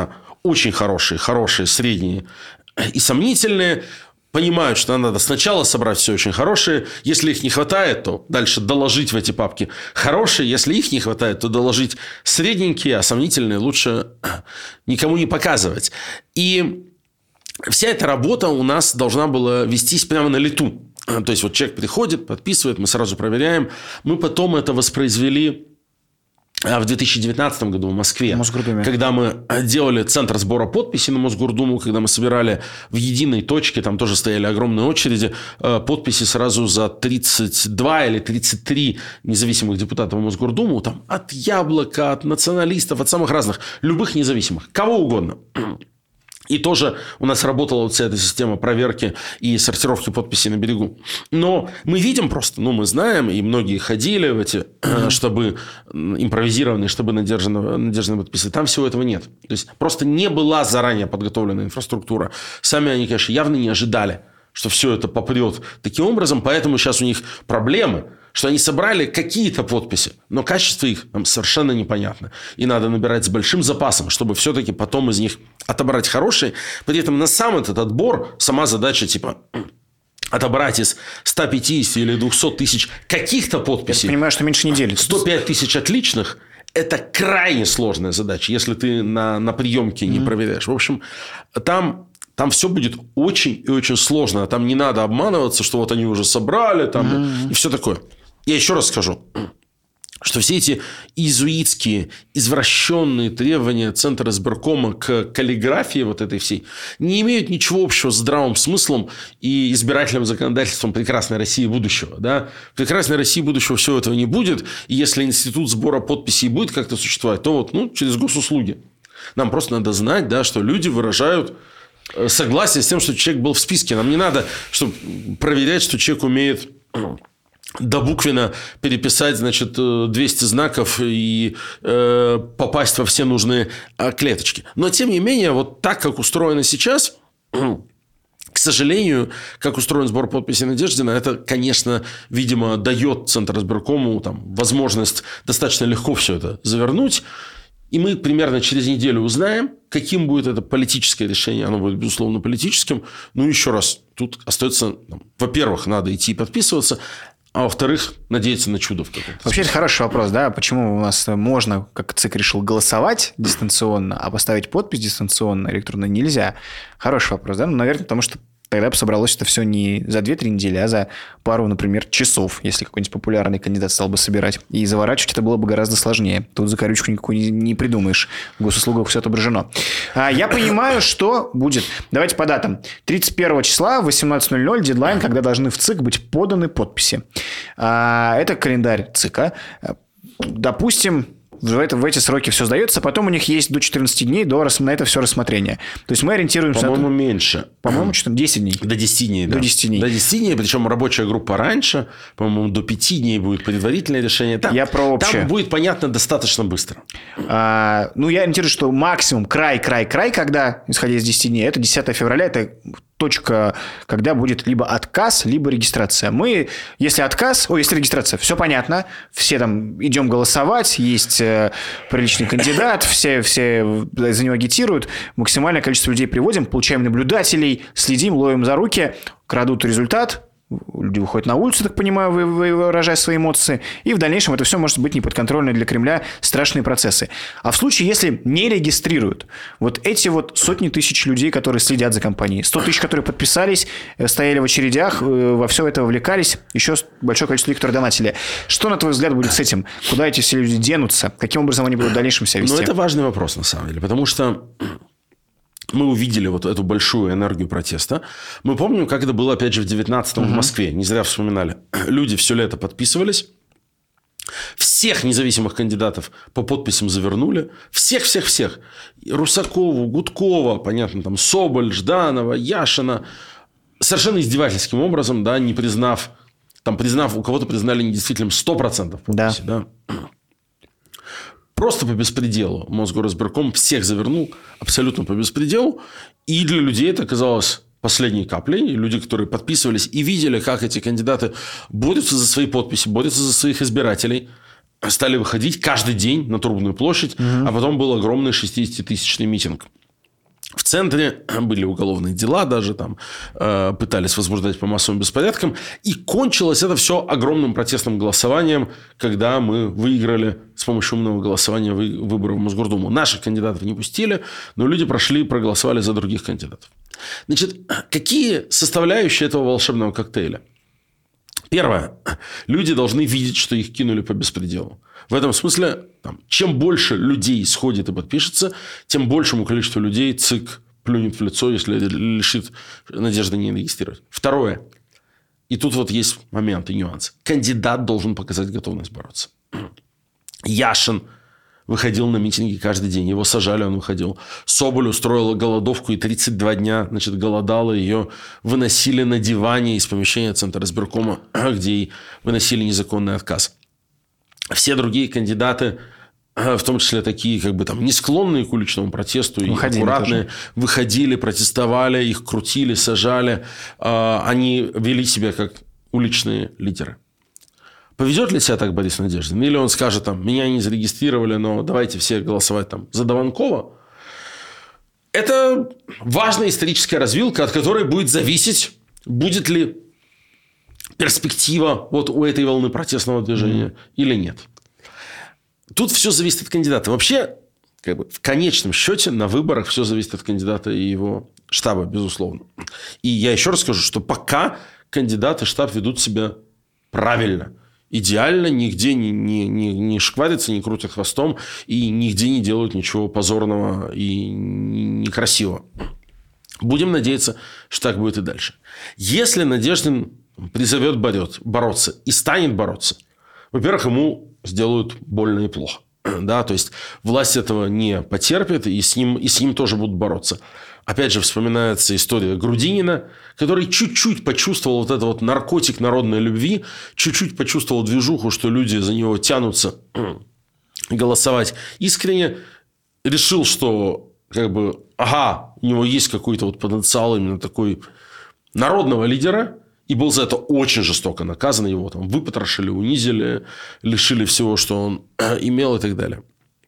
очень хорошие, средние и сомнительные, понимают, что надо сначала собрать все очень хорошие. Если их не хватает, то дальше доложить в эти папки хорошие. Если их не хватает, то доложить средненькие, а сомнительные лучше никому не показывать. И вся эта работа у нас должна была вестись прямо на лету. То есть, вот человек приходит, подписывает, мы сразу проверяем. Мы потом это воспроизвели в 2019 году в Москве, когда мы делали центр сбора подписей на Мосгордуму, когда мы собирали в единой точке, там тоже стояли огромные очереди, подписи сразу за 32 или 33 независимых депутатов в Мосгордуму, там от Яблока, от националистов, от самых разных, любых независимых, кого угодно. И тоже у нас работала вот вся эта система проверки и сортировки подписей на берегу. Но мы видим просто, мы знаем, и многие ходили в эти, чтобы импровизированные, чтобы надежные подписи. Там всего этого нет. То есть, просто не была заранее подготовлена инфраструктура. Сами они, конечно, явно не ожидали, что все это попрет таким образом. Поэтому сейчас у них проблемы, что они собрали какие-то подписи, но качество их нам совершенно непонятно. И надо набирать с большим запасом, чтобы все-таки потом из них отобрать хорошие. При этом на сам этот отбор сама задача отобрать из 150 или 200 тысяч каких-то подписей. Я понимаю, что меньше недели. 105 тысяч отличных. Это крайне сложная задача, если ты на приемке не проверяешь. В общем, там все будет очень и очень сложно. Там не надо обманываться, что вот они уже собрали и все такое. Я еще раз скажу, что все эти иезуитские, извращенные требования Центра избиркома к каллиграфии вот этой всей не имеют ничего общего с здравым смыслом и избирательным законодательством прекрасной России будущего. Да? В прекрасной России будущего всего этого не будет. И если институт сбора подписей будет как-то существовать, то через госуслуги. Нам просто надо знать, что люди выражают согласие с тем, что человек был в списке. Нам не надо проверять, что человек умеет добуквенно переписать, 200 знаков и попасть во все нужные клеточки. Но, тем не менее, вот так, как устроено сейчас, к сожалению, как устроен сбор подписей Надеждина, это, конечно, видимо, дает Центру избиркому возможность достаточно легко все это завернуть. И мы примерно через неделю узнаем, каким будет это политическое решение. Оно будет, безусловно, политическим. Еще раз, тут остается... Во-первых, надо идти и подписываться. А во-вторых, надеяться на чудо в каком-то. Вообще, это хороший вопрос, да? Почему у нас можно, как ЦИК решил, голосовать дистанционно, а поставить подпись дистанционно, электронно нельзя? Хороший вопрос, да? Наверное, потому что тогда бы собралось это все не за 2-3 недели, а за пару, например, часов, если какой-нибудь популярный кандидат стал бы собирать. И заворачивать это было бы гораздо сложнее. Тут закорючку никакую не придумаешь. В госуслугах все отображено. Я понимаю, что будет. Давайте по датам. 31 числа в 18:00 дедлайн, когда должны в ЦИК быть поданы подписи. Это календарь ЦИКа. Допустим, в эти сроки все сдается, потом у них есть до 14 дней на это все рассмотрение. То есть мы ориентируемся... По-моему, меньше. По-моему, 10 дней. До 10 дней, да. До 10 дней. До 10 дней, причем рабочая группа раньше. По-моему, до 5 дней будет предварительное решение. Я про общее. Там будет понятно достаточно быстро. Я ориентируюсь, что максимум край, когда, исходя из 10 дней, это 10 февраля, это точка, когда будет либо отказ, либо регистрация. Если регистрация, все понятно, все идем голосовать, есть приличный кандидат, все за него агитируют, максимальное количество людей приводим, получаем наблюдателей, следим, ловим за руки, крадут результат, люди выходят на улицу, так понимаю, выражая свои эмоции, и в дальнейшем это все может быть неподконтрольно для Кремля страшные процессы. А в случае, если не регистрируют, вот эти сотни тысяч людей, которые следят за кампанией, 100 тысяч, которые подписались, стояли в очередях, во все это вовлекались, еще большое количество людей, которые донатили. Что, на твой взгляд, будет с этим? Куда эти все люди денутся? Каким образом они будут в дальнейшем себя вести? Это важный вопрос, на самом деле, потому что мы увидели эту большую энергию протеста. Мы помним, как это было, опять же, в 19-м в Москве. Не зря вспоминали. Люди все лето подписывались. Всех независимых кандидатов по подписям завернули. Всех. Русакову, Гудкова, понятно, Соболь, Жданова, Яшина. Совершенно издевательским образом, не признав, у кого-то признали недействительным 100% подписи. Да. Просто по беспределу. Мосгоризбирком всех завернул абсолютно по беспределу. И для людей это оказалось последней каплей. И люди, которые подписывались и видели, как эти кандидаты борются за свои подписи, борются за своих избирателей, стали выходить каждый день на Трубную площадь. А потом был огромный 60-тысячный митинг. В центре были уголовные дела, даже там пытались возбуждать по массовым беспорядкам. И кончилось это все огромным протестным голосованием, когда мы выиграли с помощью умного голосования выборы в Мосгордуму. Наших кандидатов не пустили, но люди прошли и проголосовали за других кандидатов. Значит, какие составляющие этого волшебного коктейля? Первое. Люди должны видеть, что их кинули по беспределу. В этом смысле, чем больше людей сходит и подпишется, тем большему количеству людей ЦИК плюнет в лицо, если лишит надежды не регистрировать. Второе. И тут вот есть момент и нюанс. Кандидат должен показать готовность бороться. Яшин выходил на митинги каждый день. Его сажали, он выходил. Соболь устроила голодовку и 32 дня, голодала. Ее выносили на диване из помещения Центра избиркома, где ей выносили незаконный отказ. Все другие кандидаты, в том числе такие, не склонные к уличному протесту, и аккуратные, выходили, протестовали, их крутили, сажали. Они вели себя как уличные лидеры. Повезет ли себя так Борис Надеждин? Или он скажет, меня не зарегистрировали, но давайте все голосовать за Дованкова? Это важная историческая развилка, от которой будет зависеть, будет ли перспектива у этой волны протестного движения или нет. Тут все зависит от кандидата. Вообще, в конечном счете, на выборах все зависит от кандидата и его штаба, безусловно. И я еще раз скажу, что пока кандидаты и штаб ведут себя правильно, идеально, нигде не шкварятся, не крутят хвостом и нигде не делают ничего позорного и некрасивого. Будем надеяться, что так будет и дальше. Если Надеждин призовет бороться и станет бороться, во-первых, ему сделают больно и плохо. Да? То есть власть этого не потерпит, и с ним тоже будут бороться. Опять же, вспоминается история Грудинина, который чуть-чуть почувствовал этот наркотик народной любви, чуть-чуть почувствовал движуху, что люди за него тянутся голосовать искренне, решил, что у него есть какой-то потенциал именно такой народного лидера, и был за это очень жестоко наказан. Его выпотрошили, унизили, лишили всего, что он имел и так далее.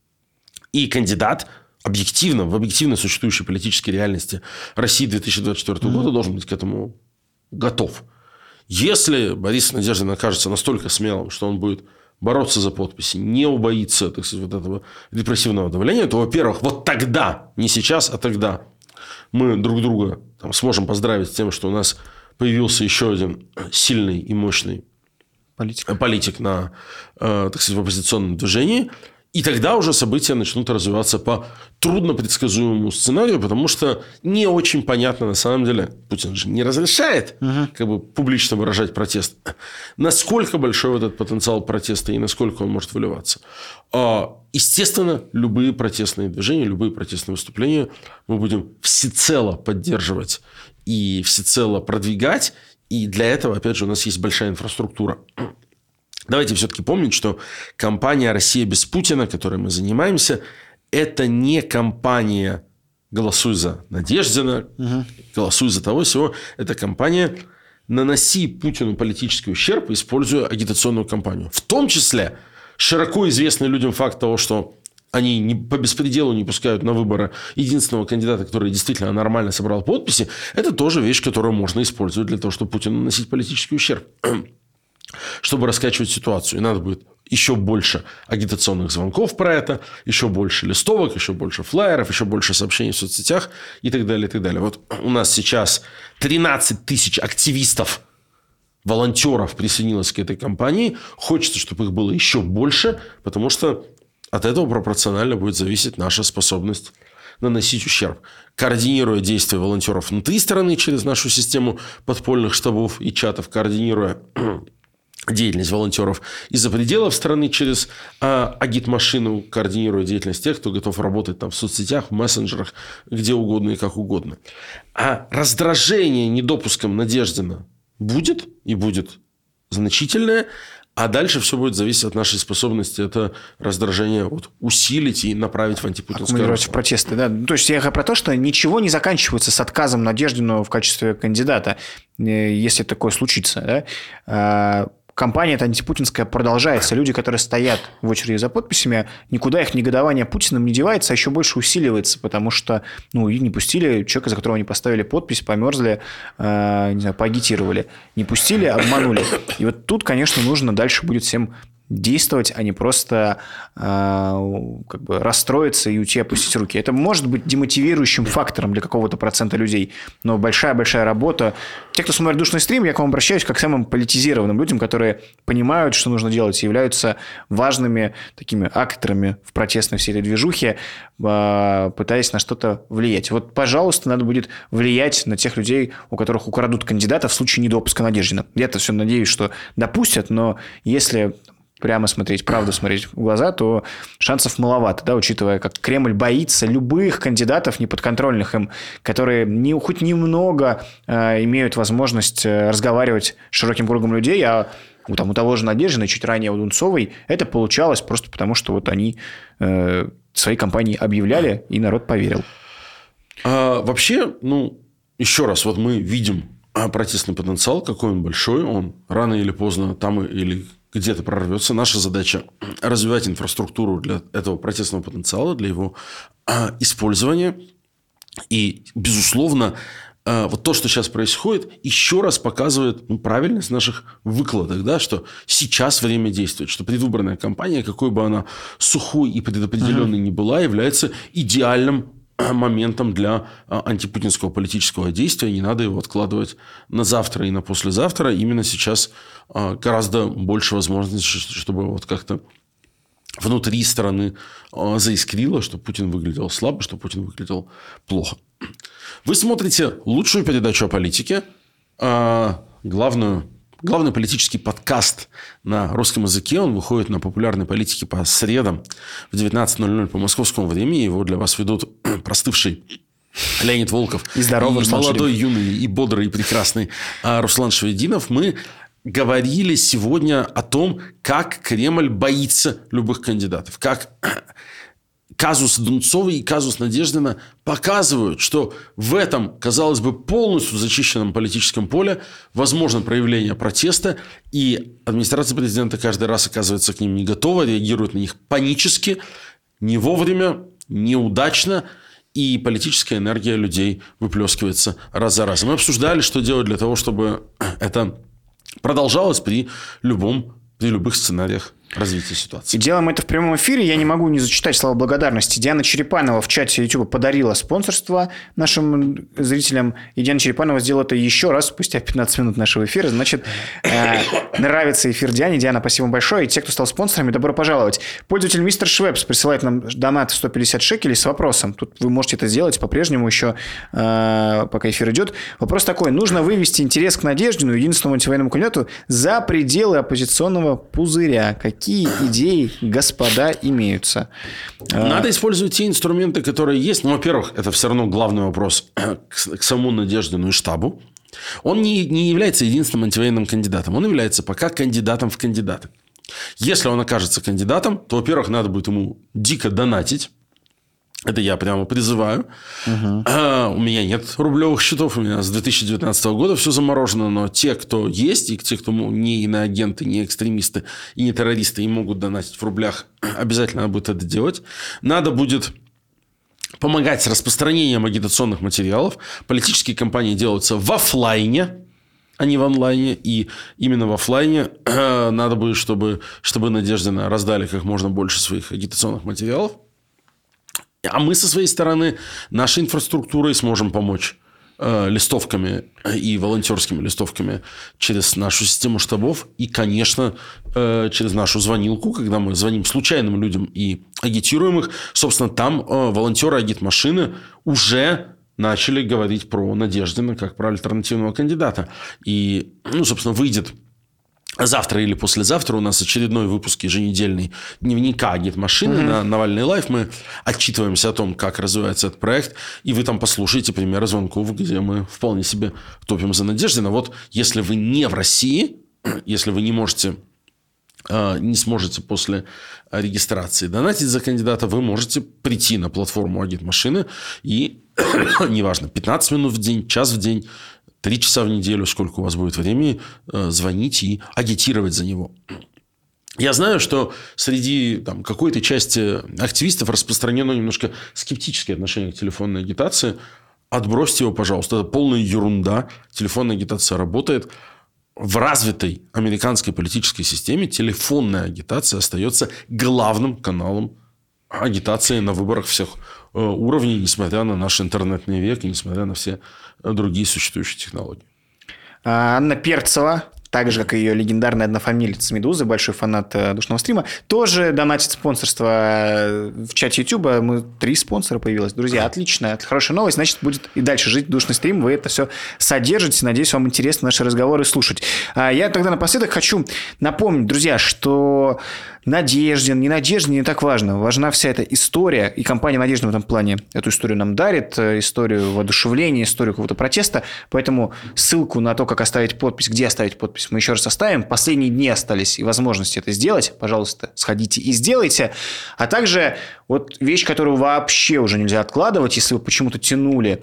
И кандидат в объективно существующей политической реальности России 2024 года должен быть к этому готов. Если Борис Надеждин окажется настолько смелым, что он будет бороться за подписи, не убоится, этого репрессивного давления, то, во-первых, тогда, не сейчас, а тогда мы друг друга сможем поздравить с тем, что у нас появился еще один сильный и мощный политик на, в оппозиционном движении. И тогда уже события начнут развиваться по труднопредсказуемому сценарию, потому что не очень понятно, на самом деле, Путин же не разрешает публично выражать протест, насколько большой этот потенциал протеста и насколько он может выливаться. Естественно, любые протестные движения, любые протестные выступления мы будем всецело поддерживать и всецело продвигать. И для этого, опять же, у нас есть большая инфраструктура. Давайте все-таки помнить, что кампания «Россия без Путина», которой мы занимаемся, это не кампания «Голосуй за Надеждина», «Голосуй за того сего». Это кампания «Наноси Путину политический ущерб, используя агитационную кампанию». В том числе широко известный людям факт того, что они по беспределу не пускают на выборы единственного кандидата, который действительно нормально собрал подписи. Это тоже вещь, которую можно использовать для того, чтобы Путину наносить политический ущерб. Чтобы раскачивать ситуацию. И надо будет еще больше агитационных звонков про это, еще больше листовок, еще больше флаеров, еще больше сообщений в соцсетях и так далее, и так далее. У нас сейчас 13 тысяч активистов, волонтеров присоединилось к этой кампании. Хочется, чтобы их было еще больше, потому что от этого пропорционально будет зависеть наша способность наносить ущерб. Координируя действия волонтеров внутри страны через нашу систему подпольных штабов и чатов, координируя деятельность волонтеров из-за пределов страны через агитмашину, координируя деятельность тех, кто готов работать в соцсетях, в мессенджерах, где угодно и как угодно. А раздражение недопуском Надеждина будет, и будет значительное, а дальше все будет зависеть от нашей способности это раздражение усилить и направить в антипутинское русло. В протесты, да. То есть я про то, что ничего не заканчивается с отказом Надеждину в качестве кандидата, если такое случится. Да? кампания эта антипутинская продолжается. Люди, которые стоят в очереди за подписями, никуда их негодование Путиным не девается, а еще больше усиливается, потому что и не пустили человека, за которого они поставили подпись, померзли, не знаю, поагитировали. Не пустили, обманули. И вот тут, конечно, нужно дальше будет всем действовать, а не просто расстроиться и уйти, опустить руки. Это может быть демотивирующим фактором для какого-то процента людей, но большая-большая работа. Те, кто смотрит «Душный стрим», я к вам обращаюсь как к самым политизированным людям, которые понимают, что нужно делать, и являются важными такими акторами в протестной всей этой движухе, пытаясь на что-то влиять. Вот, пожалуйста, надо будет влиять на тех людей, у которых украдут кандидата в случае недопуска Надеждина. Я-то все надеюсь, что допустят, но если прямо смотреть, правду смотреть в глаза, то шансов маловато, да, учитывая, как Кремль боится любых кандидатов, неподконтрольных им, которые хоть немного имеют возможность разговаривать с широким кругом людей, а у того же Надеждина, чуть ранее у Дунцовой, это получалось просто потому, что вот они свои кампании объявляли, и народ поверил. Вообще, еще раз, вот мы видим протестный потенциал, какой он большой, он рано или поздно там или где-то прорвется. Наша задача – развивать инфраструктуру для этого протестного потенциала, для его использования. И, безусловно, вот то, что сейчас происходит, еще раз показывает правильность наших выкладок, да, что сейчас время действовать, что предвыборная кампания, какой бы она сухой и предопределенной ни была, является идеальным моментом для антипутинского политического действия. Не надо его откладывать на завтра и на послезавтра. Именно сейчас гораздо больше возможностей, чтобы вот как-то внутри страны заискрило, что Путин выглядел слабо, что Путин выглядел плохо. Вы смотрите лучшую передачу о политике, главный политический подкаст на русском языке. Он выходит на популярной политике по средам в 19:00 по московскому времени. Его для вас ведут простывший Леонид Волков и молодой, юный, и бодрый, и прекрасный Руслан Шевединов. Мы говорили сегодня о том, как Кремль боится любых кандидатов. Как казус Дунцовой и казус Надеждина показывают, что в этом, казалось бы, полностью зачищенном политическом поле возможно проявление протеста, и администрация президента каждый раз оказывается к ним не готова, реагирует на них панически, не вовремя, неудачно, и политическая энергия людей выплескивается раз за разом. Мы обсуждали, что делать для того, чтобы это продолжалось при любых сценариях развития ситуации. И делаем это в прямом эфире. Я не могу не зачитать слова благодарности. Диана Черепанова в чате YouTube подарила спонсорство нашим зрителям. И Диана Черепанова сделала это еще раз спустя 15 минут нашего эфира. Значит, нравится эфир Диане. Диана, спасибо большое. И те, кто стал спонсорами, добро пожаловать. Пользователь Мистер Швепс присылает нам донат в 150 шекелей с вопросом. Тут вы можете это сделать по-прежнему еще, пока эфир идет. Вопрос такой. Нужно вывести интерес к Надеждину, единственному антивоенному кандидату, за пределы оппозиционного пузыря. Какие идеи, господа, имеются? Надо использовать те инструменты, которые есть. Во-первых, это все равно главный вопрос к самому Надеждину и штабу. Он не является единственным антивоенным кандидатом. Он является пока кандидатом в кандидаты. Если он окажется кандидатом, то, во-первых, надо будет ему дико донатить. Это я прямо призываю. У меня нет рублевых счетов. У меня с 2019 года все заморожено. Но те, кто есть, и те, кто не иноагенты, не экстремисты и не террористы, и могут донатить в рублях, обязательно надо будет это делать. Надо будет помогать с распространением агитационных материалов. Политические кампании делаются в офлайне, а не в онлайне. И именно в офлайне надо будет, чтобы Надеждина раздали как можно больше своих агитационных материалов. А мы со своей стороны нашей инфраструктурой сможем помочь листовками и волонтерскими листовками через нашу систему штабов и, конечно, через нашу звонилку, когда мы звоним случайным людям и агитируем их. Собственно, там волонтеры агитмашины уже начали говорить про Надеждина как про альтернативного кандидата. И, собственно, выйдет завтра или послезавтра у нас очередной выпуск еженедельный дневника агитмашины на Навальный Лайв. Мы отчитываемся о том, как развивается этот проект. И вы там послушаете примеры звонков, где мы вполне себе топим за Надеждина. Вот если вы не в России, если вы не сможете после регистрации донатить за кандидата, вы можете прийти на платформу агитмашины и, неважно, 15 минут в день, час в день, 3 3 часа в неделю, сколько у вас будет времени, звонить и агитировать за него. Я знаю, что среди какой-то части активистов распространено немножко скептическое отношение к телефонной агитации. Отбросьте его, пожалуйста. Это полная ерунда. Телефонная агитация работает. В развитой американской политической системе телефонная агитация остается главным каналом агитации на выборах всех уровней, несмотря на наш интернетный век и несмотря на все другие существующие технологии. Анна Перцева, так же, как и ее легендарный однофамилец «Медузы», большой фанат душного стрима, тоже донатит спонсорство в чате YouTube. 3 спонсора появилось. Друзья, отлично, это хорошая новость. Значит, будет и дальше жить душный стрим. Вы это все содержите. Надеюсь, вам интересно наши разговоры слушать. Я тогда напоследок хочу напомнить, друзья, что Надеждин, не так важно. Важна вся эта история. И компания Надеждин в этом плане эту историю нам дарит. Историю воодушевления, историю какого-то протеста. Поэтому ссылку на то, как оставить подпись, где оставить подпись, мы еще раз оставим. Последние дни остались и возможности это сделать. Пожалуйста, сходите и сделайте. А также вещь, которую вообще уже нельзя откладывать, если вы почему-то тянули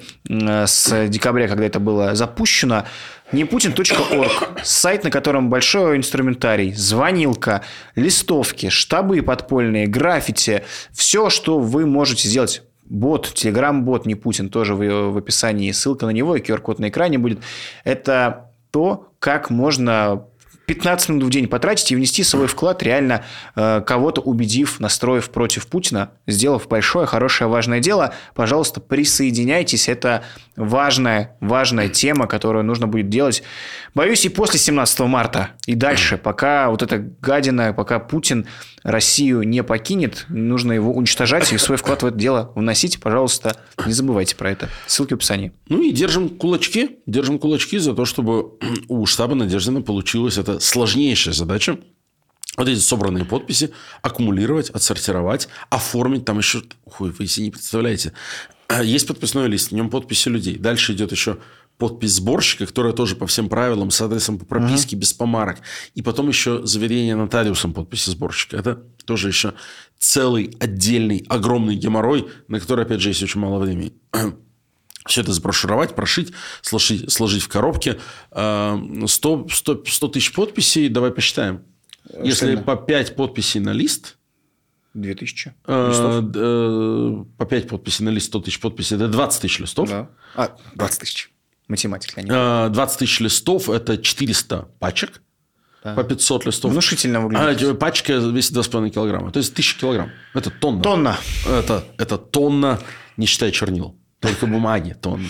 с декабря, когда это было запущено. Neputin.org, сайт, на котором большой инструментарий, звонилка, листовки, штабы подпольные, граффити, все, что вы можете сделать. Бот, телеграм-бот Непутин, тоже в описании ссылка на него, и QR-код на экране будет. Это то, как можно 15 минут в день потратить и внести свой вклад, реально кого-то убедив, настроив против Путина, сделав большое, хорошее, важное дело. Пожалуйста, присоединяйтесь. Это важная тема, которую нужно будет делать, боюсь, и после 17 марта, и дальше, пока эта гадина, пока Путин Россию не покинет, нужно его уничтожать и свой вклад в это дело вносить. Пожалуйста, не забывайте про это. Ссылки в описании. И держим кулачки за то, чтобы у штаба Надеждина получилась эта сложнейшая задача. Эти собранные подписи аккумулировать, отсортировать, оформить. Там еще, вы себе не представляете, есть подписной лист, в нем подписи людей. Дальше идет еще подпись сборщика, которая тоже по всем правилам, с адресом по прописке, без помарок. И потом еще заверение нотариусом подписи сборщика. Это тоже еще целый отдельный огромный геморрой, на который, опять же, есть очень мало времени. Все это сброшировать, прошить, сложить в коробке. 100 тысяч подписей, давай посчитаем. Если по 5 подписей на лист... 2000 листов? По 5 подписей на лист, 100 тысяч подписей. Это 20 тысяч листов. Да. 20 тысяч. Математика. 20 тысяч листов – это 400 пачек. Да. По 500 листов. Внушительно выглядит. Пачка весит 2,5 килограмма. То есть 1000 килограмм. Это тонна. Тонна. Это тонна, не считая чернил. Только бумаги тонна.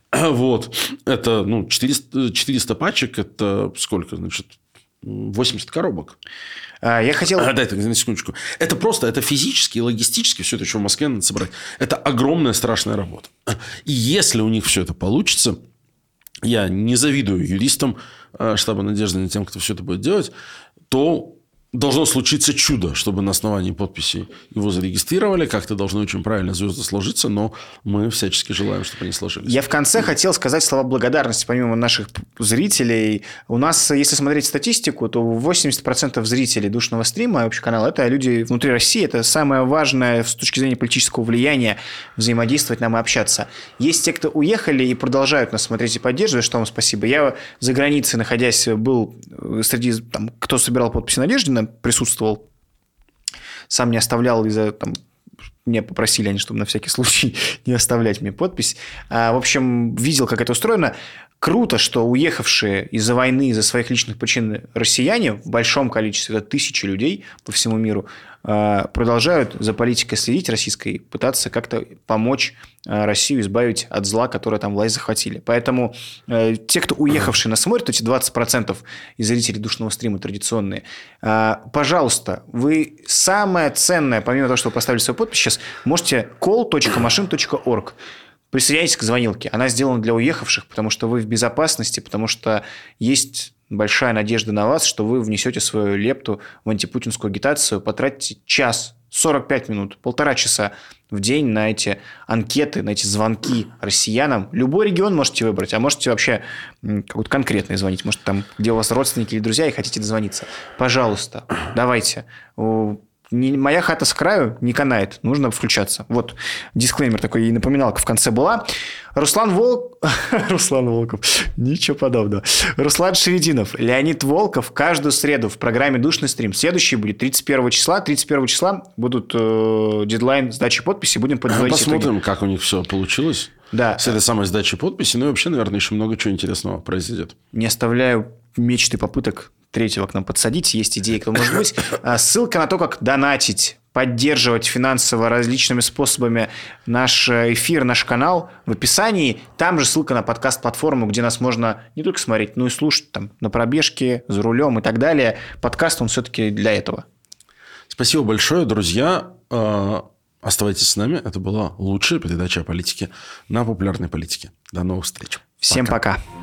Это 400 пачек. Это сколько? Значит, 80 коробок. Я хотел... Дай на секундочку. Это просто, это физически и логистически все это, что в Москве надо собрать. Это огромная страшная работа. И если у них все это получится, я не завидую юристам штаба Надеждина, тем, кто все это будет делать, то должно случиться чудо, чтобы на основании подписи его зарегистрировали. Как-то должны очень правильно звезды сложиться, но мы всячески желаем, чтобы они сложились. Я в конце хотел сказать слова благодарности, помимо наших зрителей. У нас, если смотреть статистику, то 80% зрителей душного стрима, вообще канала, это люди внутри России. Это самое важное с точки зрения политического влияния взаимодействовать нам и общаться. Есть те, кто уехали и продолжают нас смотреть и поддерживать, что вам спасибо. Я за границей, находясь, был среди, кто собирал подписи Надеждина, присутствовал, сам не оставлял меня попросили они, чтобы на всякий случай не оставлять мне подпись. В общем, видел, как это устроено. Круто, что уехавшие из-за войны, из-за своих личных причин россияне в большом количестве, это тысячи людей по всему миру, продолжают за политикой следить российской, пытаться как-то помочь Россию избавить от зла, которое там власть захватили. Поэтому те, кто уехавшие нас смотрят, эти 20% из зрителей душного стрима традиционные, пожалуйста, вы самое ценное, помимо того, что вы поставили свою подпись, сейчас можете call.machine.org. Присоединяйтесь к звонилке. Она сделана для уехавших, потому что вы в безопасности, потому что есть большая надежда на вас, что вы внесете свою лепту в антипутинскую агитацию, потратите час, 45 минут, 1,5 часа в день на эти анкеты, на эти звонки россиянам. Любой регион можете выбрать, а можете вообще какой-то конкретный звонить. Может, там, где у вас родственники или друзья, и хотите дозвониться. Пожалуйста, давайте. моя хата с краю не канает, нужно включаться. Вот дисклеймер такой и напоминалка в конце была. Руслан Волков, ничего подобного. Руслан Шевединов, Леонид Волков каждую среду в программе «Душный стрим». Следующий будет 31 числа. 31 числа будут дедлайн сдачи подписи, будем подводить Посмотрим, итоги. как у них все получилось. Да. С этой самой сдачей подписи. Ну и вообще, наверное, еще много чего интересного произойдет. Не оставляю мечты попыток третьего к нам подсадить. Есть идеи, кто может быть. Ссылка на то, как донатить, поддерживать финансово различными способами наш эфир, наш канал в описании. Там же ссылка на подкаст-платформу, где нас можно не только смотреть, но и слушать там, на пробежке, за рулем и так далее. Подкаст, он все-таки для этого. Спасибо большое, друзья. Оставайтесь с нами. Это была лучшая передача о политике на популярной политике. До новых встреч. Всем пока.